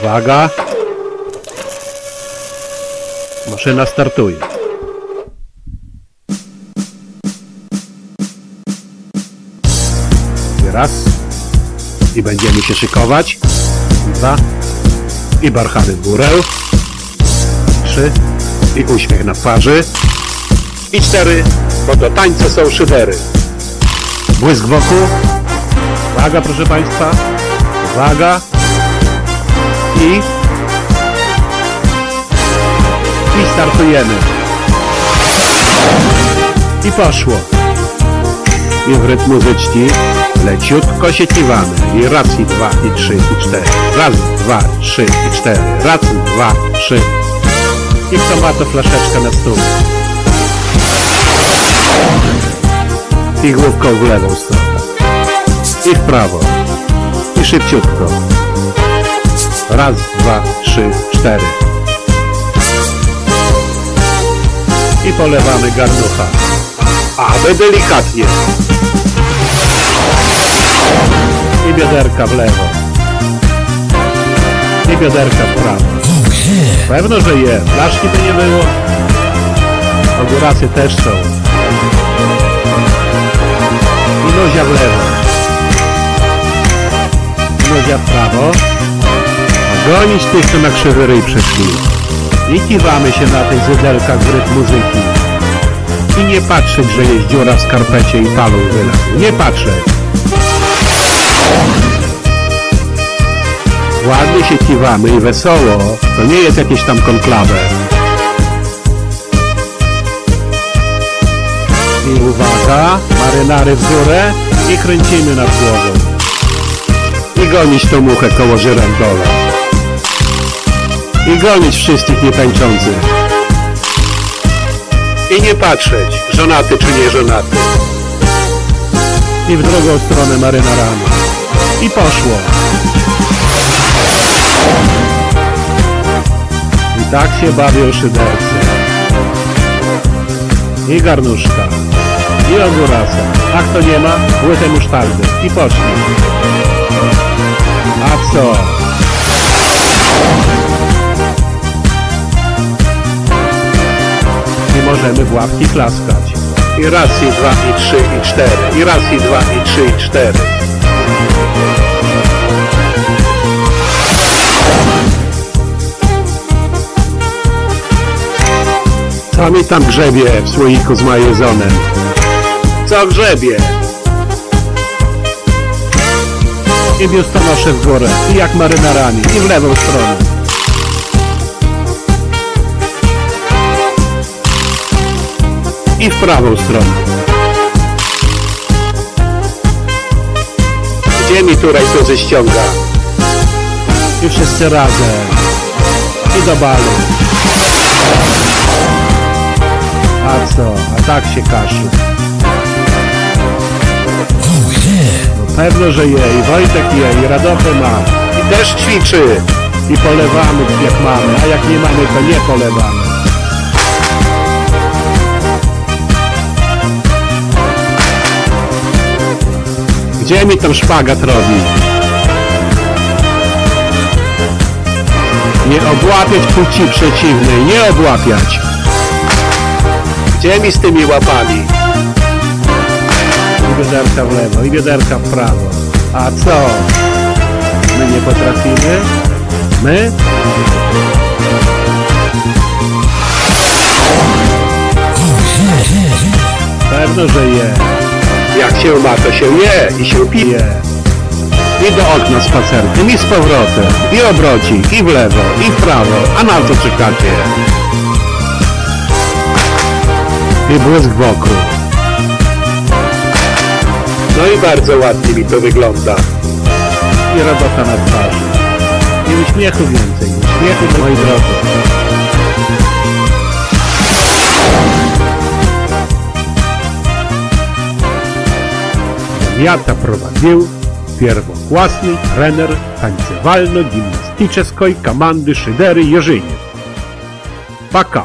Uwaga. Maszyna startuje. Raz. I będziemy się szykować. 2. I barchamy w górę. 3. I uśmiech na twarzy. I 4. Bo do tańca są szydery. Błysk wokół. Uwaga, proszę Państwa. Uwaga. I startujemy. I poszło. I w rytm muzyczki leciutko się kiwamy. I raz, i 2, i 3, i 4. Raz, 2, 3, i 4. Raz, 2, 3. I kto ma to flaszeczkę na stół. I główką w lewą stronę. I w prawo. I szybciutko. Raz, 2, 3, 4. I polewamy garnucha. Aby delikatnie. I bioderka w lewo. I bioderka w prawo. Pewno, że je. Flaszki by nie było. Ogórasy też są. I nozia w lewo. I nozia w prawo. A gonić tych, co na krzywy ryj przeszli. I kiwamy się na tych zydelkach w rytm muzyki. I nie patrzeć, że jest dziura w skarpecie i palą wylazł. Nie patrzeć. Ładnie się kiwamy i wesoło. To nie jest jakieś tam konklawę. I uwaga, marynary w górę i kręcimy nad głową. I gonić tą muchę koło żyrandola. I gonić wszystkich nietańczących. I nie patrzeć, żonaty czy nie żonaty. I w drugą stronę marynarami. I poszło. I tak się bawią szydercy. I garnuszka. I ogórasa. A kto nie ma, łychę musztardy. I poszli. A co? I możemy w łapki klaskać. I raz, i 2, i 3, i 4. I raz, i 2, i 3, i 4. Co mi tam grzebie w słoiku z majezonem? Co grzebie? I biustonosze w górę. I jak marynarami. I w lewą stronę. I w prawą stronę. Gdzie mi tu rajtuzy ściąga? I wszyscy razem. I do balu. A co? A tak się kaszy. No pewno, że je. I Wojtek je. I Radochę ma. I też ćwiczy. I polewamy jak mamy. A jak nie mamy, to nie polewamy. Gdzie mi tam szpagat robi? Nie obłapiać płci przeciwnej, nie obłapiać. Gdzie mi z tymi łapami? I bioderka w lewo, i bioderka w prawo. A co? My nie potrafimy? My? Pewno, że je. Jak się ma, to się je i się pije. I do okna spacerkiem, i z powrotem, i obrocik, i w lewo, i w prawo. A na co czekacie? I błysk wokół. No i bardzo ładnie mi to wygląda. I radocha na twarzy. I uśmiechu więcej. Uśmiechu, moi drodzy. Zamiata prowadził pierwoklasny trener tańcowalno-gimnastycznej komandy Szydery Jerzyniew. Paka!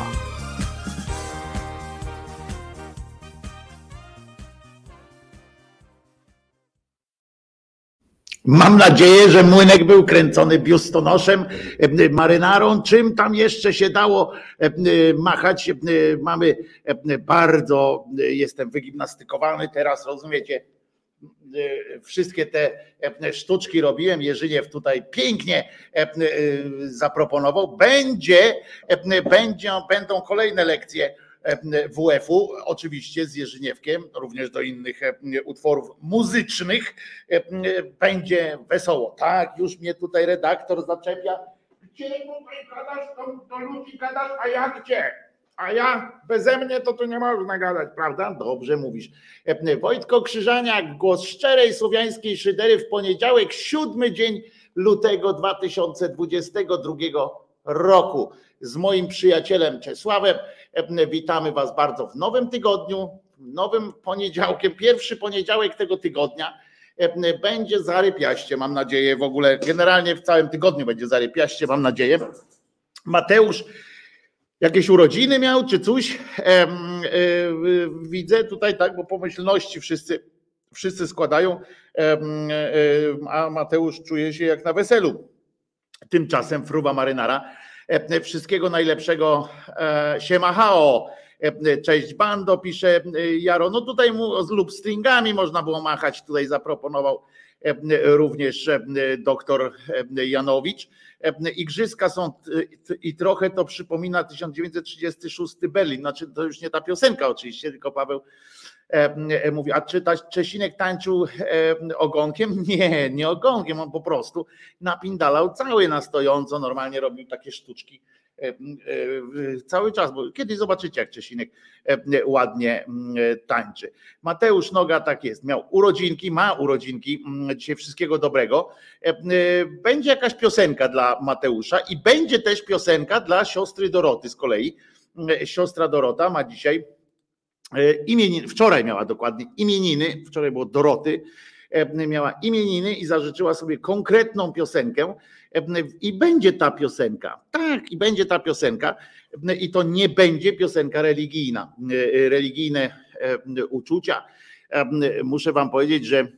Mam nadzieję, że młynek był kręcony biustonoszem, marynarą, czym tam jeszcze się dało machać. Mamy bardzo, jestem wygimnastykowany teraz, rozumiecie, wszystkie te sztuczki robiłem. Jerzyniew tutaj pięknie zaproponował. Będą kolejne lekcje WF-u, oczywiście z Jerzyniewkiem, również do innych utworów muzycznych. Będzie wesoło. Tak, już mnie tutaj redaktor zaczepia. Gdzie tutaj gadasz, do ludzi gadasz, a ja gdzie? A ja beze mnie to tu nie można gadać, prawda? Dobrze mówisz. Wojtko Krzyżaniak, głos szczerej słowiańskiej szydery w poniedziałek, 7 dzień lutego 2022 roku. Z moim przyjacielem Czesławem. Witamy Was bardzo w nowym tygodniu, nowym poniedziałkiem, pierwszy poniedziałek tego tygodnia. Będzie zarypiaście, mam nadzieję, w ogóle generalnie w całym tygodniu będzie zarypiaście, mam nadzieję. Mateusz jakieś urodziny miał, czy coś? Widzę tutaj, tak, bo pomyślności wszyscy składają, a Mateusz czuje się jak na weselu. Tymczasem fruwa marynara. Wszystkiego najlepszego, siema hao, cześć bando, pisze Jaro. No tutaj lub stringami można było machać, tutaj zaproponował również doktor Janowicz. Igrzyska są i trochę to przypomina 1936 Berlin, znaczy to już nie ta piosenka oczywiście, tylko Paweł mówi, a czy Czesinek tańczył ogonkiem? Nie ogonkiem, on po prostu napindalał cały na stojąco, normalnie robił takie sztuczki cały czas, bo kiedyś zobaczycie, jak Czesinek ładnie tańczy. Mateusz Noga tak jest, ma urodzinki, dzisiaj wszystkiego dobrego. Będzie jakaś piosenka dla Mateusza i będzie też piosenka dla siostry Doroty z kolei. Siostra Dorota ma dzisiaj imieniny, wczoraj miała dokładnie imieniny, wczoraj było Doroty, miała imieniny i zażyczyła sobie konkretną piosenkę i będzie ta piosenka, tak, i będzie ta piosenka i to nie będzie piosenka religijna, religijne uczucia. Muszę wam powiedzieć, że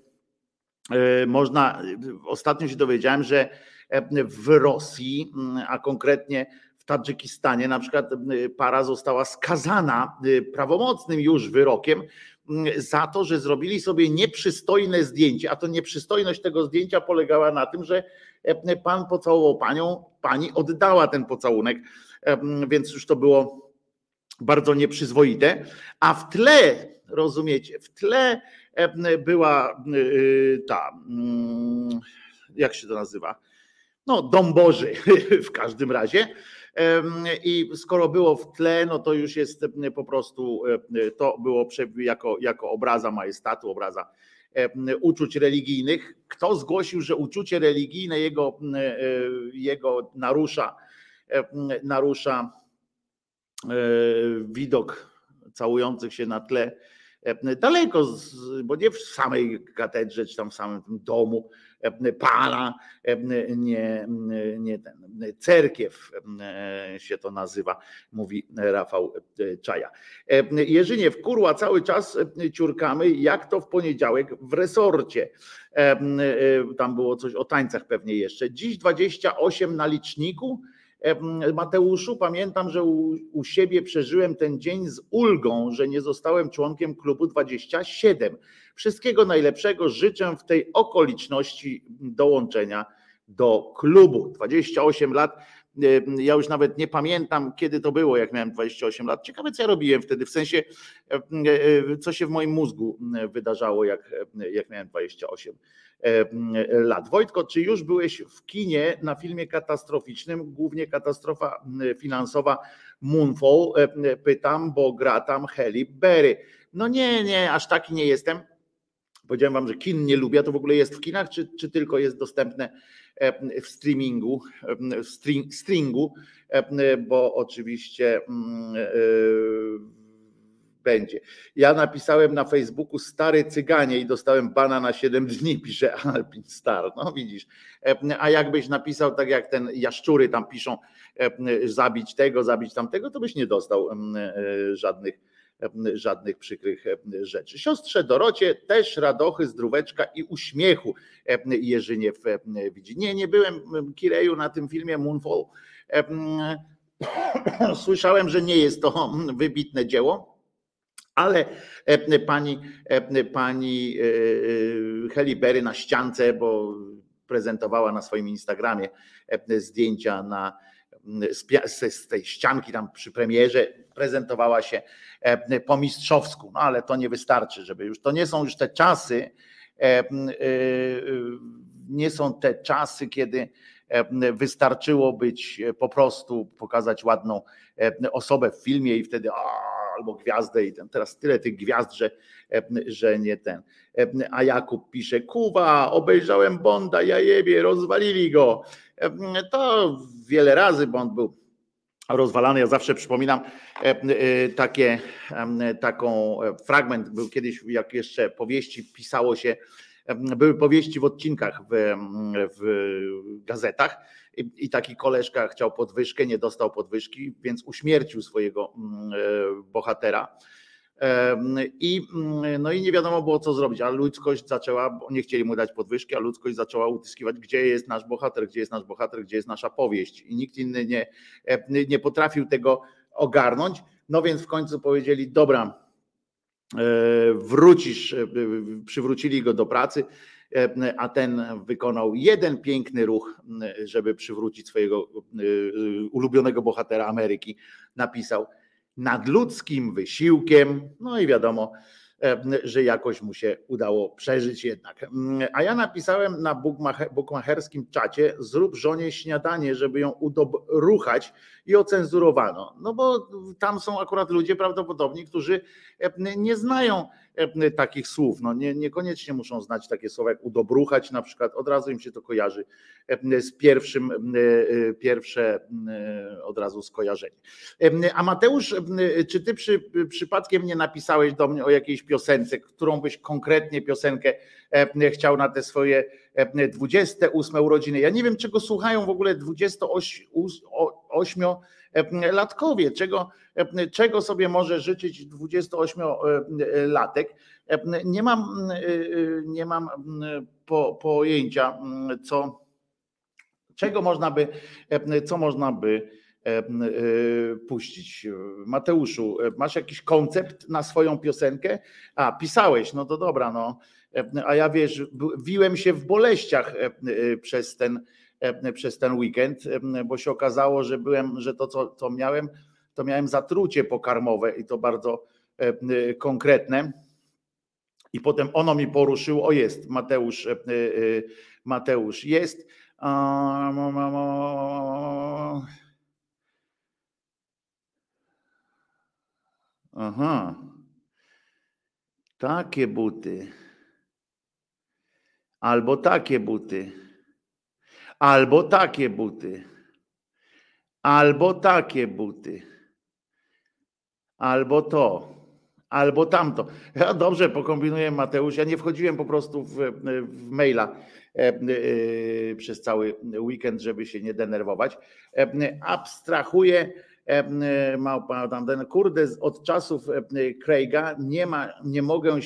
ostatnio się dowiedziałem, że w Rosji, a konkretnie w Tadżykistanie na przykład para została skazana prawomocnym już wyrokiem za to, że zrobili sobie nieprzystojne zdjęcie, a to nieprzystojność tego zdjęcia polegała na tym, że pan pocałował panią, pani oddała ten pocałunek, więc już to było bardzo nieprzyzwoite, a w tle, rozumiecie, w tle była ta, jak się to nazywa? No, Dom Boży w każdym razie. I skoro było w tle, no to już jest po prostu, to było jako obraza majestatu, obraza uczuć religijnych. Kto zgłosił, że uczucie religijne jego narusza widok całujących się na tle daleko, bo nie w samej katedrze, czy tam w samym tym domu Pana, nie ten, cerkiew się to nazywa, mówi Rafał Czaja. Jerzyniew, kurwa, cały czas ciurkamy, jak to w poniedziałek w resorcie. Tam było coś o tańcach pewnie jeszcze. Dziś 28 na liczniku. Mateuszu, pamiętam, że u siebie przeżyłem ten dzień z ulgą, że nie zostałem członkiem klubu 27. Wszystkiego najlepszego życzę w tej okoliczności dołączenia do klubu. 28 lat, ja już nawet nie pamiętam, kiedy to było, jak miałem 28 lat. Ciekawe, co ja robiłem wtedy, w sensie, co się w moim mózgu wydarzało, jak miałem 28 lat. Wojtko, czy już byłeś w kinie na filmie katastroficznym, głównie katastrofa finansowa Moonfall? Pytam, bo gra tam Halle Berry. No nie, aż taki nie jestem. Powiedziałem wam, że kin nie lubię, to w ogóle jest w kinach, czy tylko jest dostępne w streamingu, stringu, bo oczywiście będzie. Ja napisałem na Facebooku stary cyganie i dostałem bana na 7 dni, pisze Alpin Star. No widzisz, a jakbyś napisał tak jak ten jaszczury tam piszą, zabić tego, zabić tamtego, to byś nie dostał żadnych przykrych rzeczy. Siostrze Dorocie też radochy, zdróweczka i uśmiechu Jerzyniew widzi. Nie byłem, Kireju, na tym filmie Moonfall. Słyszałem, że nie jest to wybitne dzieło, ale pani Halle Berry na ściance, bo prezentowała na swoim Instagramie zdjęcia z tej ścianki tam przy premierze, prezentowała się po mistrzowsku, no ale to nie wystarczy, żeby już, to nie są już te czasy, kiedy wystarczyło być po prostu, pokazać ładną osobę w filmie i wtedy albo gwiazdę i teraz tyle tych gwiazd, że nie ten. A Jakub pisze, Kuba, obejrzałem Bonda, ja jebie, rozwalili go. To wiele razy Bond był rozwalany. Ja zawsze przypominam taką fragment, był kiedyś, jak jeszcze powieści pisało się, były powieści w odcinkach w gazetach i taki koleżka chciał podwyżkę, nie dostał podwyżki, więc uśmiercił swojego bohatera. No i nie wiadomo było, co zrobić, a ludzkość zaczęła, bo nie chcieli mu dać podwyżki, a ludzkość zaczęła utyskiwać, gdzie jest nasz bohater, gdzie jest nasz bohater, gdzie jest nasza powieść. I nikt inny nie potrafił tego ogarnąć. No więc w końcu powiedzieli, dobra, wrócisz, przywrócili go do pracy, a ten wykonał jeden piękny ruch, żeby przywrócić swojego ulubionego bohatera Ameryki. Napisał: nadludzkim wysiłkiem, no i wiadomo, że jakoś mu się udało przeżyć jednak. A ja napisałem na bukmacherskim czacie: zrób żonie śniadanie, żeby ją udobruchać, i ocenzurowano. No bo tam są akurat ludzie prawdopodobnie, którzy nie znają takich słów. No niekoniecznie muszą znać takie słowa jak udobruchać na przykład, od razu im się to kojarzy z pierwsze od razu skojarzenie. A Mateusz, czy ty przypadkiem nie napisałeś do mnie o jakiejś piosence, którą byś konkretnie piosenkę chciał na te swoje 28 urodziny? Ja nie wiem, czego słuchają w ogóle 28-latkowie, czego sobie może życzyć 28-latek. Nie mam pojęcia, co można by puścić. Mateuszu, masz jakiś koncept na swoją piosenkę? A, pisałeś, no to dobra, no. A ja wiesz, wiłem się w boleściach przez ten weekend, bo się okazało, że to, co miałem, to miałem zatrucie pokarmowe i to bardzo konkretne. I potem ono mi poruszyło. O, jest, Mateusz jest. Aha. Takie buty. Albo takie buty. Albo takie buty. Albo takie buty. Albo to. Albo tamto. Ja dobrze pokombinuję, Mateusz. Ja nie wchodziłem po prostu w maila przez cały weekend, żeby się nie denerwować. Abstrahuję. Kurde, od czasów Craiga nie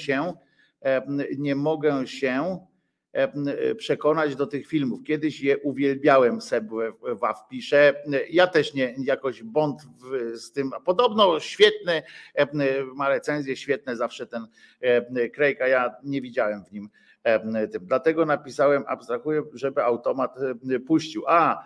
mogę się przekonać do tych filmów. Kiedyś je uwielbiałem, Seb pisze. Ja też nie, jakoś Bond z tym, podobno świetny, ma recenzje świetne zawsze ten Craig, a ja nie widziałem w nim tym. Dlatego napisałem, abstrahuję, żeby automat puścił.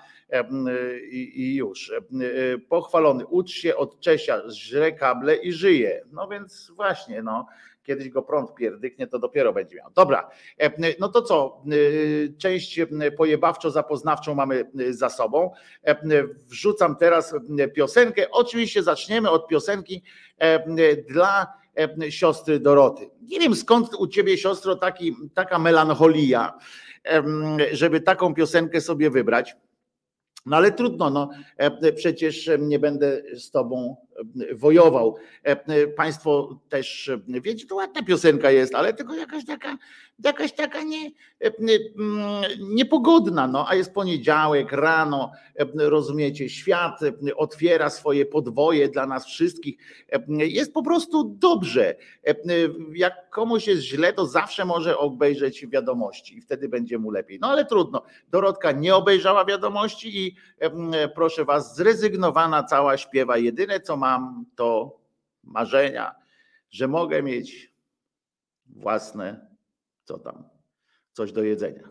I już. Pochwalony, ucz się od Czesia, żre kable i żyje. No więc właśnie, no. Kiedyś go prąd pierdyknie, to dopiero będzie miał. Dobra, no to co? Część pojebawczo-zapoznawczą mamy za sobą. Wrzucam teraz piosenkę. Oczywiście zaczniemy od piosenki dla siostry Doroty. Nie wiem, skąd u ciebie, siostro, taka melancholia, żeby taką piosenkę sobie wybrać. No ale trudno, no przecież nie będę z tobą wojował. Państwo też wiecie, to ładna piosenka jest, ale tylko jakaś taka niepogodna, no, a jest poniedziałek, rano, rozumiecie, świat otwiera swoje podwoje dla nas wszystkich, jest po prostu dobrze. Jak komuś jest źle, to zawsze może obejrzeć wiadomości i wtedy będzie mu lepiej. No ale trudno, Dorotka nie obejrzała wiadomości i proszę was, zrezygnowana cała śpiewa, jedyne co mam to marzenia, że mogę mieć własne, co tam, coś do jedzenia.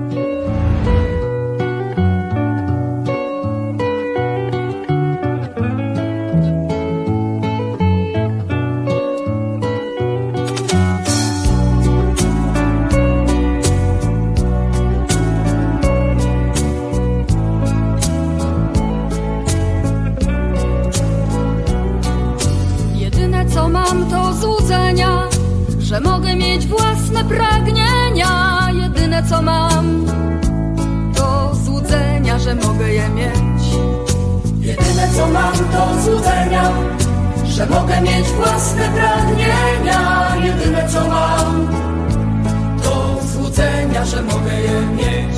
Że mogę mieć własne pragnienia. Jedyne co mam to złudzenia, że mogę je mieć. Jedyne co mam to złudzenia, że mogę mieć własne pragnienia. Jedyne co mam to złudzenia, że mogę je mieć.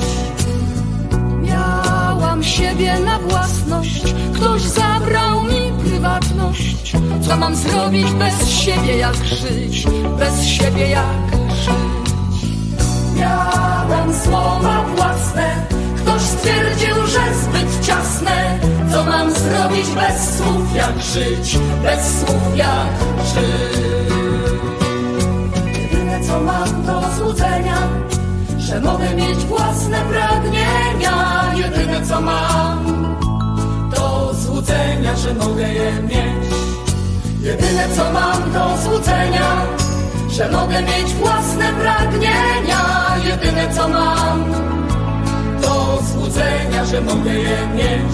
Miałam siebie na własność, ktoś zabrał mi prywatność. Co mam zrobić bez siebie, jak żyć? Bez siebie jak żyć? Miałam słowa własne, ktoś stwierdził, że zbyt ciasne. Co mam zrobić bez słów, jak żyć? Bez słów jak żyć? Jedyne co mam to złudzenia, że mogę mieć własne pragnienia. Jedyne co mam to złudzenia, że mogę je mieć. Jedyne co mam to złudzenia, że mogę mieć własne pragnienia. Jedyne co mam to złudzenia, że mogę je mieć.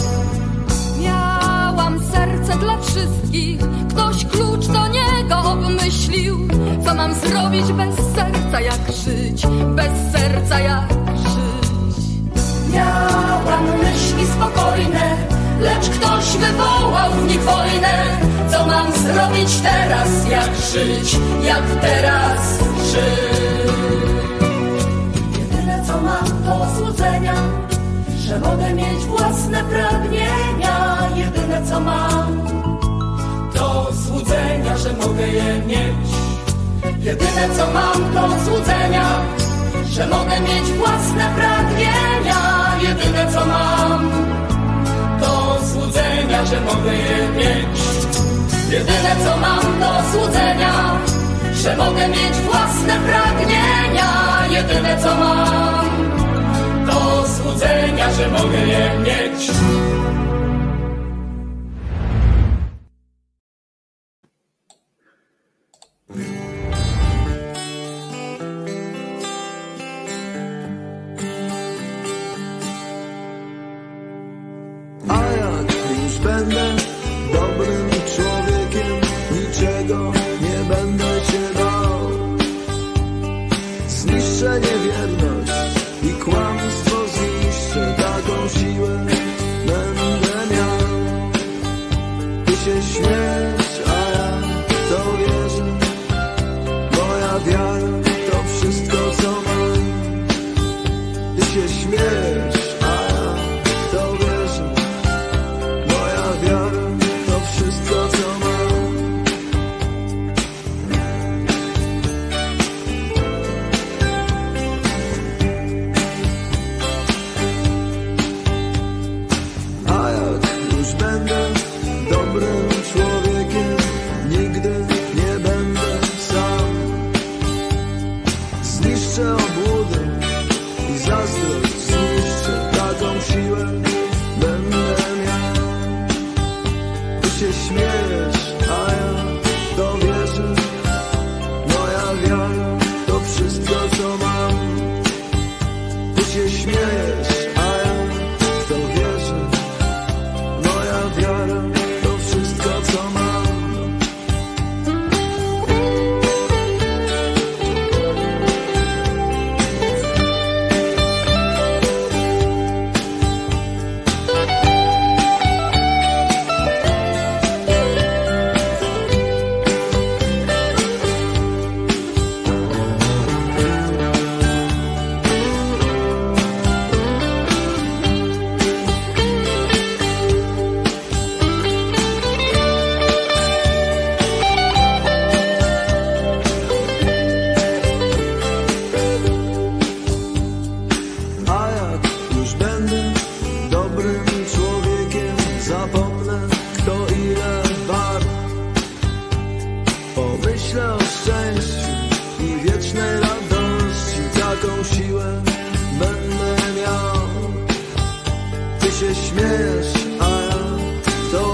Miałam serce dla wszystkich, ktoś klucz do niego obmyślił. Co mam zrobić bez serca, jak żyć? Bez serca jak żyć? Miałam myśli spokojne, lecz ktoś wywołał w nich wojnę. Co mam zrobić teraz, jak żyć? Jak teraz żyć? Jedyne co mam to złudzenia, że mogę mieć własne pragnienia. Jedyne co mam to złudzenia, że mogę je mieć. Jedyne co mam to złudzenia, że mogę mieć własne pragnienia. Jedyne co mam to złudzenia, że mogę je mieć. Jedyne co mam to złudzenia, że mogę mieć własne pragnienia. Jedyne co mam to złudzenia, że mogę je mieć. A jak już będę dobrym człowiekiem, niczego nie będę się bał. Zniszczę niewierność i kłamstwo zniszczę, taką siłę będę miał. Ty się śmiesz, a ja to wierzę. Moja wiara to wszystko co mam. Ty się śmiesz, a ja to wierzę. Moja wiara to wszystko co mam. A jak już będę dobrym człowiekiem, nigdy nie będę sam. Zniszczę obłudę i zazdrość, zniszczę, taką siłę będę miał. Ty się śmiejesz, a ja to wierzę. Moja wiara to wszystko co mam. Ty się śmiejesz, a ja to wierzę. Moja wiara to wszystko co mam.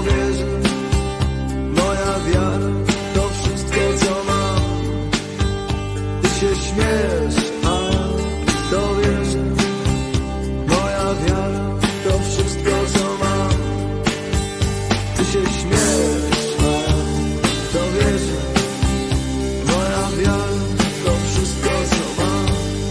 wierzę, moja wiara to wszystko co mam. Ty się śmiejesz, a to wierzę, moja wiara to wszystko co mam. Ty się śmiejesz, a to wierzę, moja wiara to wszystko co mam.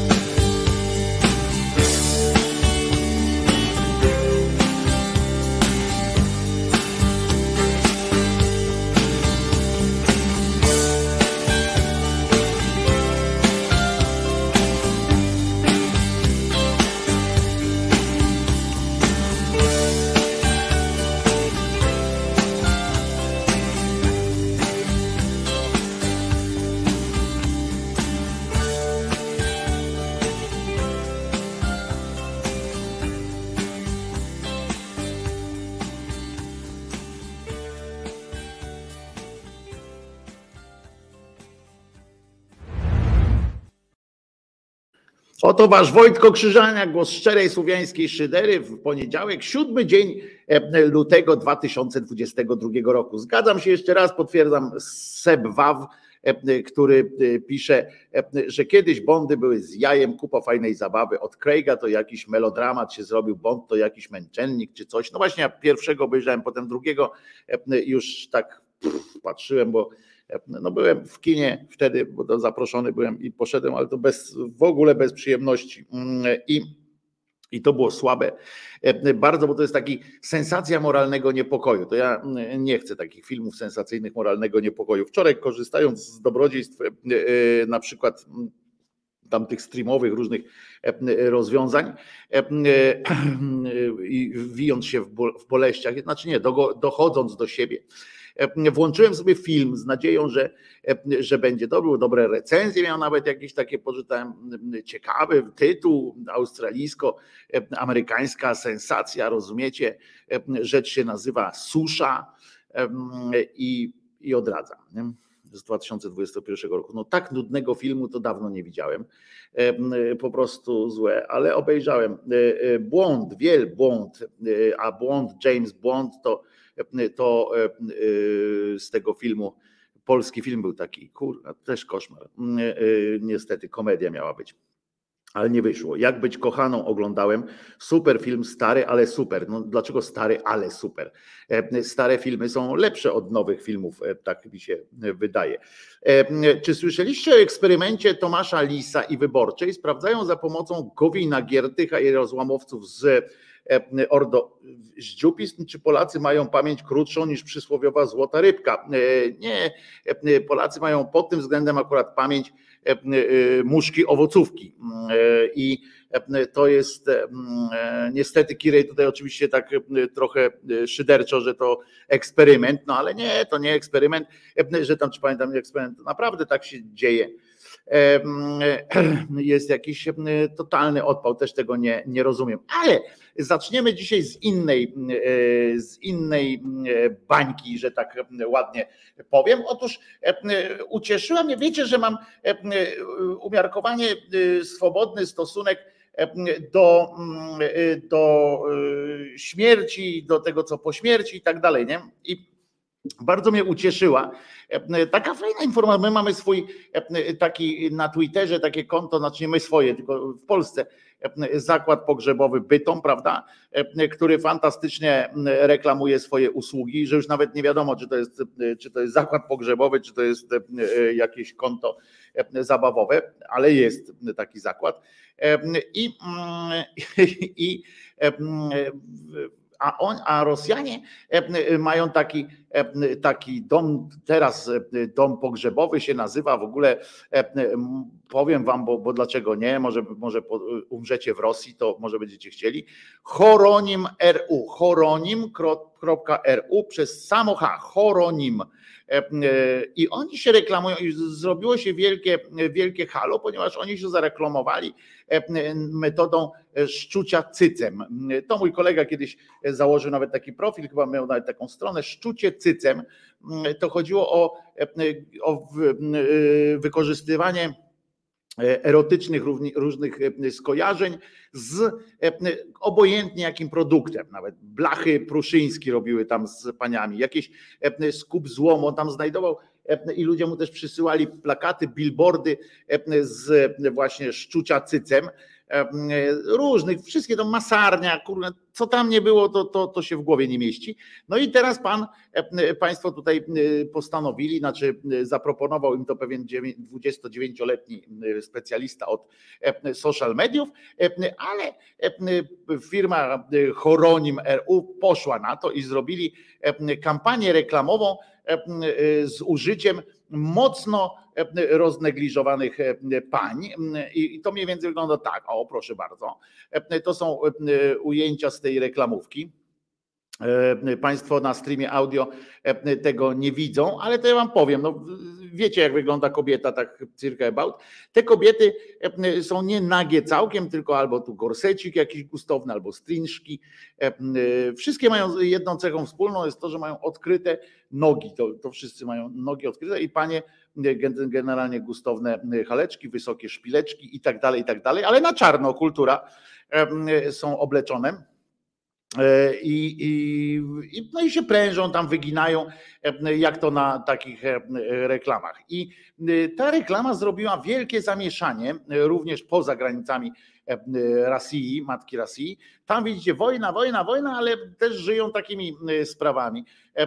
Oto wasz Wojtko Krzyżaniak, głos szczerej słowiańskiej szydery w poniedziałek, 7 dzień lutego 2022 roku. Zgadzam się jeszcze raz, potwierdzam, Seb Waw, który pisze, że kiedyś Bondy były z jajem, kupa fajnej zabawy. Od Craiga to jakiś melodramat się zrobił, Bond to jakiś męczennik czy coś. No właśnie, ja pierwszego obejrzałem, potem drugiego już tak patrzyłem, bo no byłem w kinie wtedy, bo to zaproszony byłem i poszedłem, ale to w ogóle bez przyjemności i to było słabe bardzo, bo to jest taki sensacja moralnego niepokoju. To ja nie chcę takich filmów sensacyjnych moralnego niepokoju. Wczoraj, korzystając z dobrodziejstw na przykład tamtych streamowych różnych rozwiązań i wijąc się w boleściach, znaczy nie, dochodząc do siebie, włączyłem sobie film z nadzieją, że będzie dobry, dobre recenzje, miał nawet jakieś takie, poczytałem, ciekawy tytuł, australijsko-amerykańska sensacja, rozumiecie, rzecz się nazywa Susza i odradzam, nie? Z 2021 roku. No tak nudnego filmu to dawno nie widziałem, po prostu złe, ale obejrzałem Błąd, Wielbłąd, a Błąd, James Bond to z tego filmu, polski film był taki, kurwa, też koszmar, niestety komedia miała być, ale nie wyszło. Jak być kochaną oglądałem, super film, stary, ale super. No dlaczego stary, ale super? Stare filmy są lepsze od nowych filmów, tak mi się wydaje. Czy słyszeliście o eksperymencie Tomasza Lisa i Wyborczej? Sprawdzają za pomocą Gowina, Giertycha i rozłamowców z Ordo Zdziupis, czy Polacy mają pamięć krótszą niż przysłowiowa złota rybka? Nie, Polacy mają pod tym względem akurat pamięć muszki owocówki i to jest niestety, Kirej, tutaj oczywiście tak trochę szyderczo, że to eksperyment, no ale nie, to nie eksperyment, że tam, czy pamiętam, eksperyment, to naprawdę tak się dzieje. Jest jakiś totalny odpał, też tego nie rozumiem, ale zaczniemy dzisiaj z innej bańki, że tak ładnie powiem. Otóż ucieszyła mnie, wiecie, że mam umiarkowanie swobodny stosunek do śmierci, do tego, co po śmierci i tak dalej, nie? I bardzo mnie ucieszyła taka fajna informacja. My mamy swój taki na Twitterze takie konto, znaczy nie my swoje, tylko w Polsce, zakład pogrzebowy Bytom, prawda, który fantastycznie reklamuje swoje usługi, że już nawet nie wiadomo, czy to jest zakład pogrzebowy, czy to jest jakieś konto zabawowe, ale jest taki zakład. A Rosjanie mają taki dom, teraz dom pogrzebowy się nazywa, w ogóle powiem wam, bo dlaczego nie, może umrzecie w Rosji, to może będziecie chcieli, Horonim.ru, horonim.ru przez samo H, Horonim. I oni się reklamują i zrobiło się wielkie halo, ponieważ oni się zareklamowali metodą szczucia cycem. To mój kolega kiedyś założył nawet taki profil, chyba miał nawet taką stronę, szczucie cycem. To chodziło o wykorzystywanie erotycznych różnych skojarzeń z obojętnie jakim produktem, nawet blachy Pruszyński robiły tam z paniami, jakiś skup złomu on tam znajdował i ludzie mu też przysyłali plakaty, billboardy z właśnie szczucia cycem, różnych, wszystkie to masarnia, kurwa, co tam nie było, to się w głowie nie mieści. No i teraz państwo tutaj postanowili, znaczy zaproponował im to pewien 29-letni specjalista od social mediów, ale firma Horonim RU poszła na to i zrobili kampanię reklamową z użyciem mocno roznegliżowanych pań i to mniej więcej wygląda tak, o proszę bardzo, to są ujęcia z tej reklamówki. Państwo na streamie audio tego nie widzą, ale to ja wam powiem, no wiecie jak wygląda kobieta tak circa about. Te kobiety są nie nagie całkiem, tylko albo tu gorsecik jakiś gustowny, albo strinżki. Wszystkie mają jedną cechą wspólną, jest to, że mają odkryte nogi, to wszyscy mają nogi odkryte i panie generalnie gustowne haleczki, wysokie szpileczki i tak dalej, ale na czarno kultura są obleczone. No i się prężą, tam wyginają, jak to na takich reklamach. I ta reklama zrobiła wielkie zamieszanie, również poza granicami Rosji, matki Rosji. Tam widzicie wojna, ale też żyją takimi sprawami.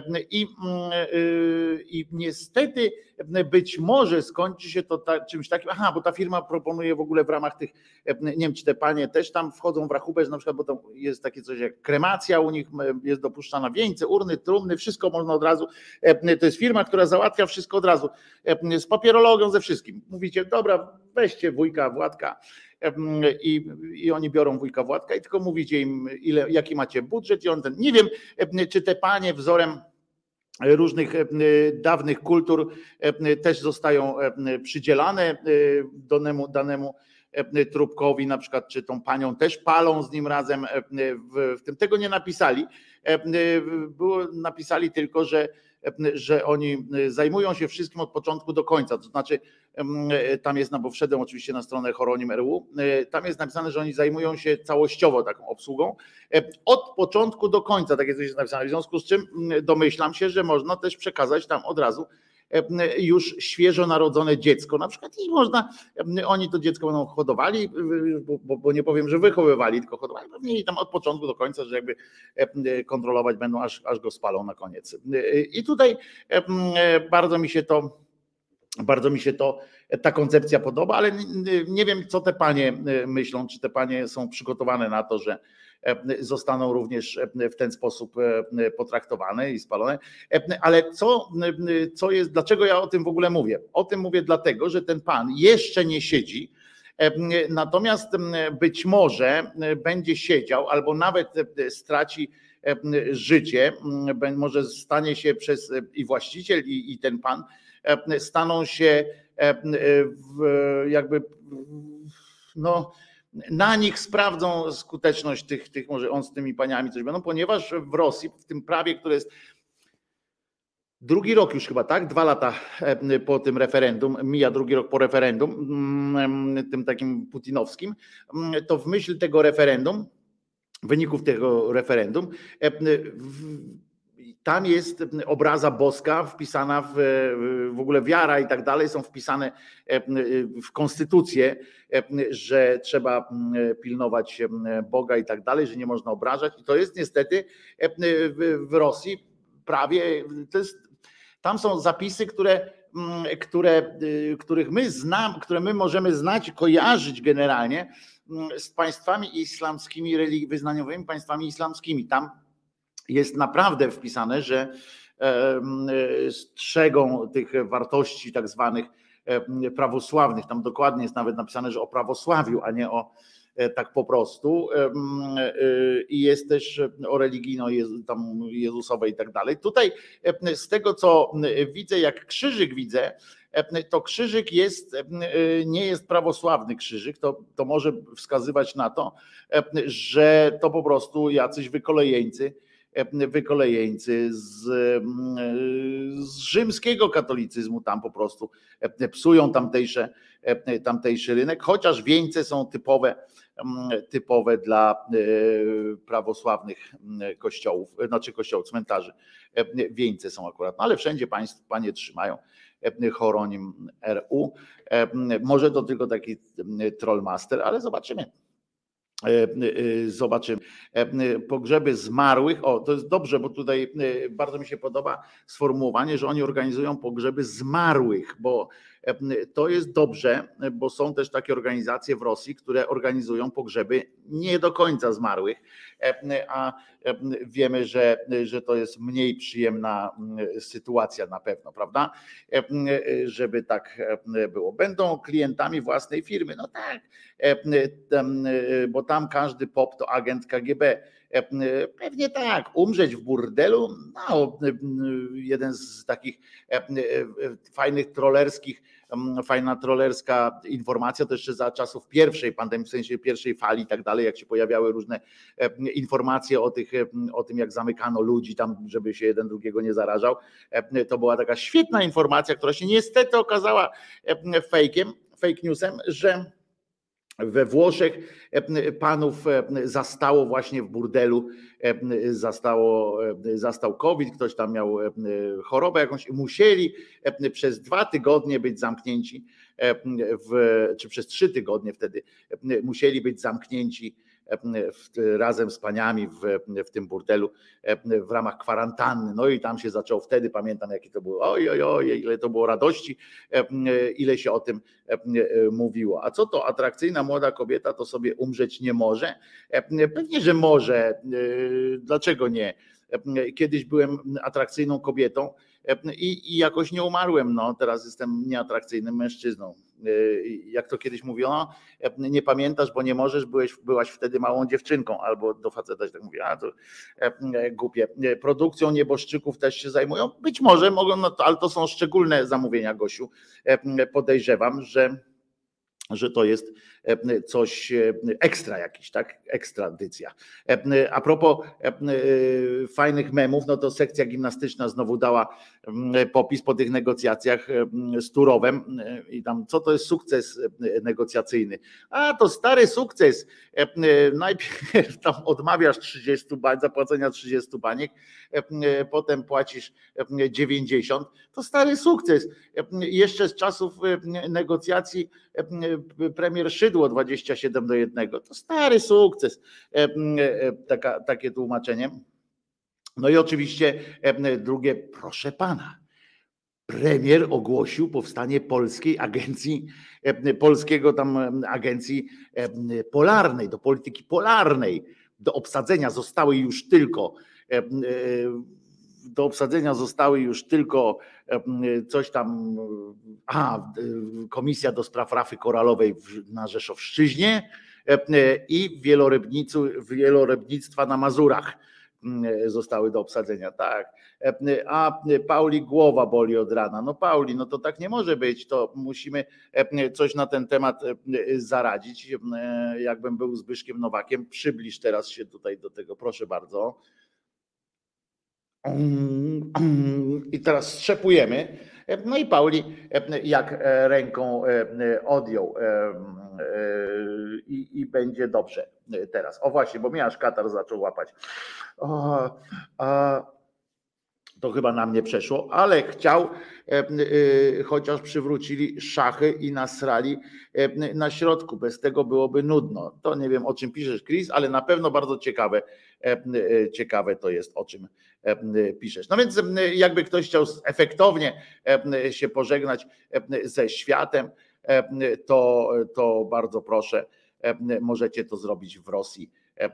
I niestety być może skończy się to czymś takim, bo ta firma proponuje w ogóle w ramach tych, nie wiem czy te panie też tam wchodzą w rachubę, na przykład, bo tam jest takie coś jak kremacja u nich, jest dopuszczana wieńce, urny, trumny, wszystko można od razu. To jest firma, która załatwia wszystko od razu, z papierologią, ze wszystkim. Mówicie, dobra, weźcie wujka, Władka, i oni biorą wujka Władka i tylko mówicie im, jaki macie budżet i on ten. Nie wiem, czy te panie wzorem różnych dawnych kultur też zostają przydzielane danemu trupkowi, na przykład, czy tą panią też palą z nim razem w tym. Tego nie napisali. Napisali tylko, że oni zajmują się wszystkim od początku do końca, to znaczy tam jest, bo wszedłem oczywiście na stronę Horonim RU, tam jest napisane, że oni zajmują się całościowo taką obsługą od początku do końca, tak jest napisane, w związku z czym domyślam się, że można też przekazać tam od razu już świeżo narodzone dziecko, na przykład i można, oni to dziecko będą hodowali, bo nie powiem, że wychowywali, tylko hodowali, pewnie i tam od początku do końca, że jakby kontrolować będą, aż go spalą na koniec. I tutaj bardzo mi się ta koncepcja podoba, ale nie wiem, co te panie myślą, czy te panie są przygotowane na to, że zostaną również w ten sposób potraktowane i spalone. Ale co jest, dlaczego ja o tym w ogóle mówię? O tym mówię dlatego, że ten pan jeszcze nie siedzi, natomiast być może będzie siedział albo nawet straci życie, może stanie się i właściciel i ten pan staną się jakby na nich sprawdzą skuteczność tych, może on z tymi paniami coś będą, ponieważ w Rosji, w tym prawie, które jest drugi rok już chyba, tak? 2 lata po tym referendum, mija drugi rok po referendum, tym takim putinowskim, to w myśl tego referendum, wyników tego referendum, tam jest obraza boska wpisana w ogóle wiara i tak dalej, są wpisane w konstytucję, że trzeba pilnować Boga i tak dalej, że nie można obrażać. I to jest niestety w Rosji prawie, tam są zapisy, które my możemy znać, kojarzyć generalnie z państwami islamskimi, wyznaniowymi państwami islamskimi. Tam jest naprawdę wpisane, że strzegą tych wartości tak zwanych prawosławnych. Tam dokładnie jest nawet napisane, że o prawosławiu, a nie o tak po prostu. I jest też o religijno tam Jezusowej i tak dalej. Tutaj z tego, co widzę, jak krzyżyk widzę, to krzyżyk nie jest prawosławny krzyżyk, to może wskazywać na to, że to po prostu jacyś wykolejeńcy z rzymskiego katolicyzmu tam po prostu psują tamtejszy rynek, chociaż wieńce są typowe typowe dla prawosławnych kościołów, znaczy kościołów, cmentarzy. Wieńce są akurat, no ale wszędzie panie trzymają Horonim RU. Może to tylko taki trollmaster, ale zobaczymy. Zobaczymy. Pogrzeby zmarłych. O, to jest dobrze, bo tutaj bardzo mi się podoba sformułowanie, że oni organizują pogrzeby zmarłych, bo to jest dobrze, bo są też takie organizacje w Rosji, które organizują pogrzeby nie do końca zmarłych, a wiemy, że to jest mniej przyjemna sytuacja na pewno, prawda? Żeby tak było. Będą klientami własnej firmy. No tak, bo tam każdy pop to agent KGB. Pewnie tak, umrzeć w burdelu, no, jeden z takich fajna trollerska informacja, to jeszcze za czasów pierwszej pandemii, w sensie pierwszej fali i tak dalej, jak się pojawiały różne informacje o tym, jak zamykano ludzi tam, żeby się jeden drugiego nie zarażał. To była taka świetna informacja, która się niestety okazała fake newsem, że we Włoszech panów zastało właśnie w burdelu, zastał COVID, ktoś tam miał chorobę jakąś i musieli przez 2 tygodnie być zamknięci, czy przez 3 tygodnie wtedy musieli być zamknięci razem z paniami w tym burdelu w ramach kwarantanny. No i tam się zaczął wtedy, pamiętam jakie to było, oj, ile to było radości, ile się o tym mówiło. A co to atrakcyjna młoda kobieta to sobie umrzeć nie może? Pewnie, że może. Dlaczego nie? Kiedyś byłem atrakcyjną kobietą i jakoś nie umarłem. No, teraz jestem nieatrakcyjnym mężczyzną. Jak to kiedyś mówiono, nie pamiętasz, bo nie możesz, byłaś wtedy małą dziewczynką, albo do faceta się tak mówi, a to głupie. Produkcją nieboszczyków też się zajmują? Być może mogą, no to, ale to są szczególne zamówienia, Gosiu. Podejrzewam, że to jest coś ekstra jakiś, tak? Ekstradycja. A propos fajnych memów, no to sekcja gimnastyczna znowu dała popis po tych negocjacjach z Turowem i tam co to jest sukces negocjacyjny? A to stary sukces. Najpierw tam odmawiasz 30 bań, zapłacenia 30 baniek, potem płacisz 90. To stary sukces. Jeszcze z czasów negocjacji premier Szydło 27-1. To stary sukces. Takie tłumaczenie. No i oczywiście drugie, proszę pana, premier ogłosił powstanie polskiej agencji polarnej, do polityki polarnej. Do obsadzenia zostały już tylko coś tam, komisja do spraw rafy koralowej na Rzeszowszczyźnie i wielorybnictwa na Mazurach zostały do obsadzenia, tak. A Pauli głowa boli od rana. No Pauli, no to tak nie może być, to musimy coś na ten temat zaradzić. Jakbym był Zbyszkiem Nowakiem, przybliż teraz się tutaj do tego, proszę bardzo. I teraz strzepujemy. No i Pauli jak ręką odjął i będzie dobrze teraz. O właśnie, bo mnie aż katar zaczął łapać. To chyba na mnie przeszło, ale chciał, chociaż przywrócili szachy i nasrali na środku. Bez tego byłoby nudno. To nie wiem, o czym piszesz, Chris, ale na pewno bardzo ciekawe to jest, o czym piszesz. No więc jakby ktoś chciał efektownie się pożegnać ze światem, to bardzo proszę, możecie to zrobić w Rosji,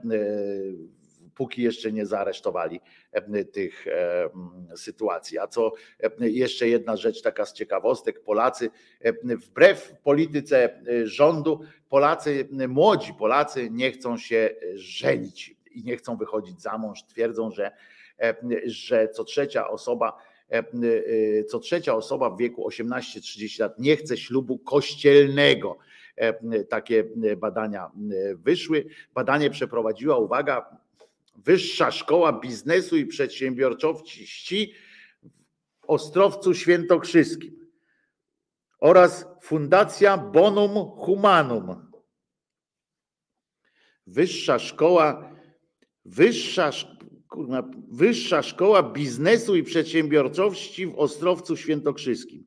póki jeszcze nie zaaresztowali tych sytuacji. A co jeszcze jedna rzecz taka z ciekawostek, Polacy wbrew polityce rządu, młodzi Polacy nie chcą się żenić i nie chcą wychodzić za mąż. Twierdzą, że co trzecia osoba w wieku 18-30 lat nie chce ślubu kościelnego. Takie badania wyszły. Badanie przeprowadziła, uwaga, Wyższa Szkoła Biznesu i Przedsiębiorczości w Ostrowcu Świętokrzyskim oraz Fundacja Bonum Humanum. Wyższa szkoła biznesu i przedsiębiorczości w Ostrowcu Świętokrzyskim.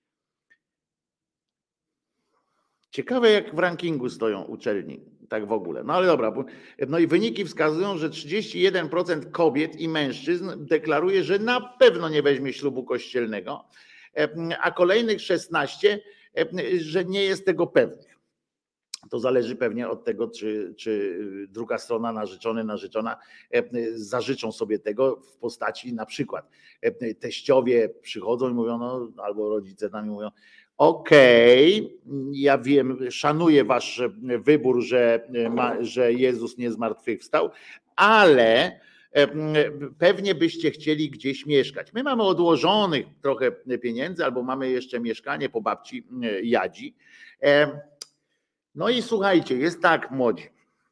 Ciekawe, jak w rankingu stoją uczelni, tak w ogóle. No ale dobra, no i wyniki wskazują, że 31% kobiet i mężczyzn deklaruje, że na pewno nie weźmie ślubu kościelnego, a kolejnych 16%, że nie jest tego pewnych. To zależy pewnie od tego, czy druga strona, narzeczona zażyczą sobie tego w postaci na przykład teściowie przychodzą i mówią, no albo rodzice nami mówią, okej, ja wiem, szanuję wasz wybór, że Jezus nie zmartwychwstał, ale pewnie byście chcieli gdzieś mieszkać. My mamy odłożonych trochę pieniędzy, albo mamy jeszcze mieszkanie po babci Jadzi. No i słuchajcie, jest tak, młodzi.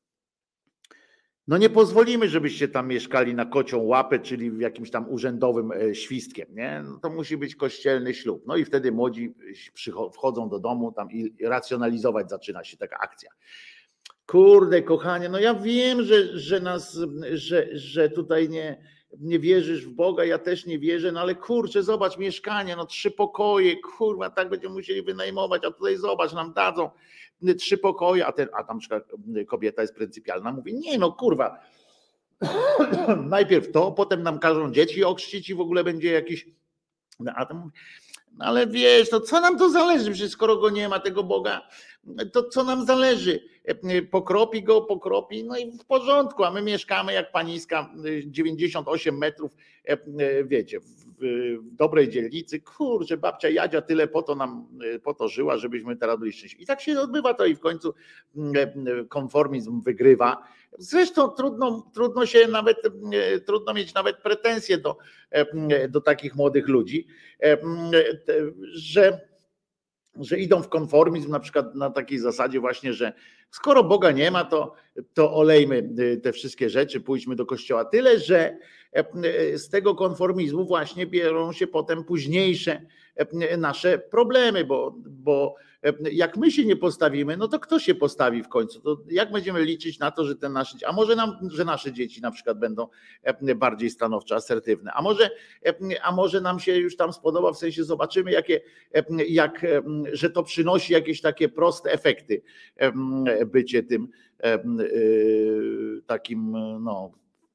No nie pozwolimy, żebyście tam mieszkali na kocią łapę, czyli w jakimś tam urzędowym świstkiem, nie? No to musi być kościelny ślub. No i wtedy młodzi wchodzą do domu tam i racjonalizować zaczyna się taka akcja. Kurde, kochanie, no ja wiem, że tutaj nie wierzysz w Boga, ja też nie wierzę, no ale kurczę, zobacz mieszkanie, no 3 pokoje, kurwa, tak będziemy musieli wynajmować, a tutaj zobacz, nam dadzą 3 pokoje, a tam na przykład kobieta jest pryncypialna, mówi, nie no kurwa, najpierw to, potem nam każą dzieci ochrzcić i w ogóle będzie jakiś, a tam mówi, no ale wiesz, to co nam to zależy, przecież skoro go nie ma, tego Boga, to co nam zależy, pokropi go, no i w porządku, a my mieszkamy jak paniska 98 metrów, wiecie, w dobrej dzielnicy, kurczę, babcia Jadzia tyle po to żyła, żebyśmy teraz byli szczęśliwi. I tak się odbywa to i w końcu konformizm wygrywa. Zresztą trudno mieć nawet pretensje do takich młodych ludzi, że idą w konformizm na przykład na takiej zasadzie właśnie, że skoro Boga nie ma, to olejmy te wszystkie rzeczy, pójdźmy do kościoła. Tyle, że z tego konformizmu właśnie biorą się potem późniejsze nasze problemy, bo jak my się nie postawimy, no to kto się postawi w końcu? To jak będziemy liczyć na to, że że nasze dzieci na przykład będą bardziej stanowcze, asertywne, a może nam się już tam spodoba, w sensie zobaczymy, że to przynosi jakieś takie proste efekty, bycie tym takim, no,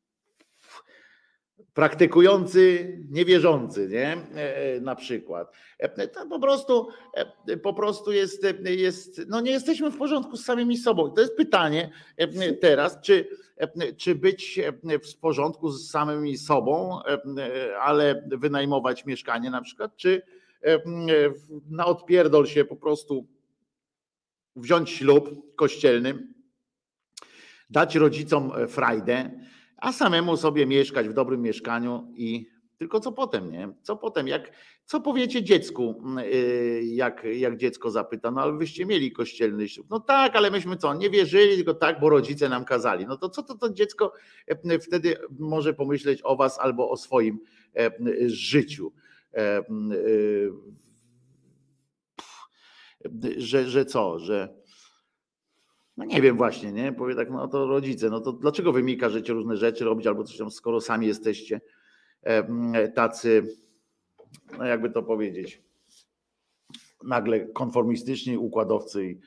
praktykujący, niewierzący, nie? Na przykład. To po prostu jest, no nie jesteśmy w porządku z samymi sobą. To jest pytanie teraz, czy być w porządku z samymi sobą, ale wynajmować mieszkanie na przykład, czy na odpierdol się po prostu wziąć ślub kościelny, dać rodzicom frajdę, a samemu sobie mieszkać w dobrym mieszkaniu i tylko co potem, nie? Co potem, co powiecie dziecku, jak dziecko zapyta, no ale wyście mieli kościelny ślub. No tak, ale myśmy co, nie wierzyli, tylko tak, bo rodzice nam kazali. No to co to dziecko wtedy może pomyśleć o was albo o swoim życiu? Że co, że no nie wiem właśnie, nie? Powie tak, no to rodzice, no to dlaczego wy mi każecie różne rzeczy robić albo coś tam, skoro sami jesteście tacy, no jakby to powiedzieć, nagle konformistyczni układowcy i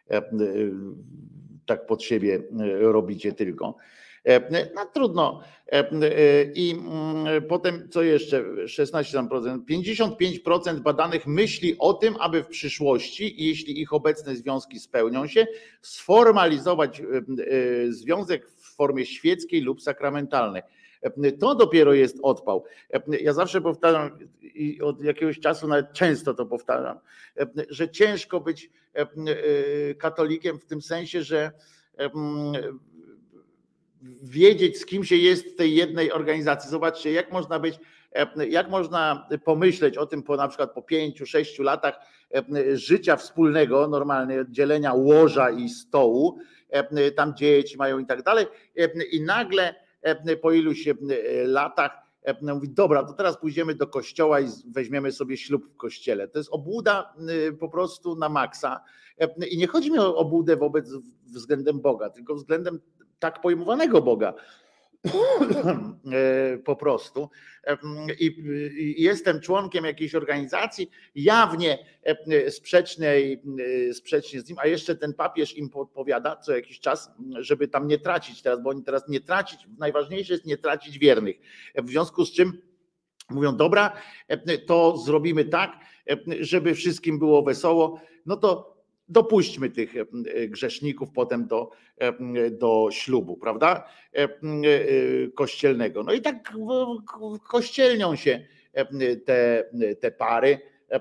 tak pod siebie robicie tylko. No trudno. I potem co jeszcze? 16%, 55% badanych myśli o tym, aby w przyszłości, jeśli ich obecne związki spełnią się, sformalizować związek w formie świeckiej lub sakramentalnej. To dopiero jest odpał. Ja zawsze powtarzam i od jakiegoś czasu nawet często to powtarzam, że ciężko być katolikiem w tym sensie, że wiedzieć, z kim się jest w tej jednej organizacji. Zobaczcie, jak można pomyśleć o tym na przykład po 5-6 latach życia wspólnego, normalnie dzielenia łoża i stołu, tam dzieci mają i tak dalej, i nagle po iluś latach Mówi, dobra, to teraz pójdziemy do kościoła i weźmiemy sobie ślub w kościele. To jest obłuda po prostu na maksa. I nie chodzi mi o obłudę względem Boga, tylko względem tak pojmowanego Boga. Po prostu. I jestem członkiem jakiejś organizacji jawnie sprzecznej z nim, a jeszcze ten papież im podpowiada co jakiś czas, żeby tam nie tracić teraz, bo oni teraz nie tracić, najważniejsze jest nie tracić wiernych. W związku z czym mówią, dobra, to zrobimy tak, żeby wszystkim było wesoło, no to dopuśćmy tych grzeszników potem do ślubu, prawda? Kościelnego. No i tak kościelnią się te pary.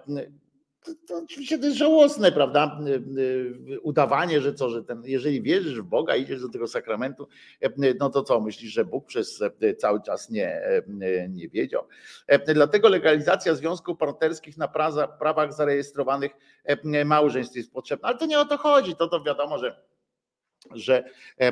To oczywiście to jest żałosne, prawda? Udawanie, że jeżeli wierzysz w Boga, idziesz do tego sakramentu, no to co, myślisz, że Bóg przez cały czas nie wiedział. Dlatego legalizacja związków partnerskich na prawach zarejestrowanych małżeństw jest potrzebna. Ale to nie o to chodzi, to wiadomo, że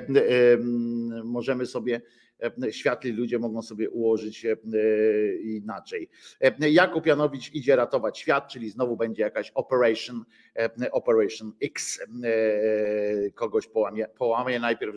możemy sobie, światli ludzie mogą sobie ułożyć inaczej. Jakub Janowicz idzie ratować świat, czyli znowu będzie jakaś Operation X. Kogoś połamie najpierw,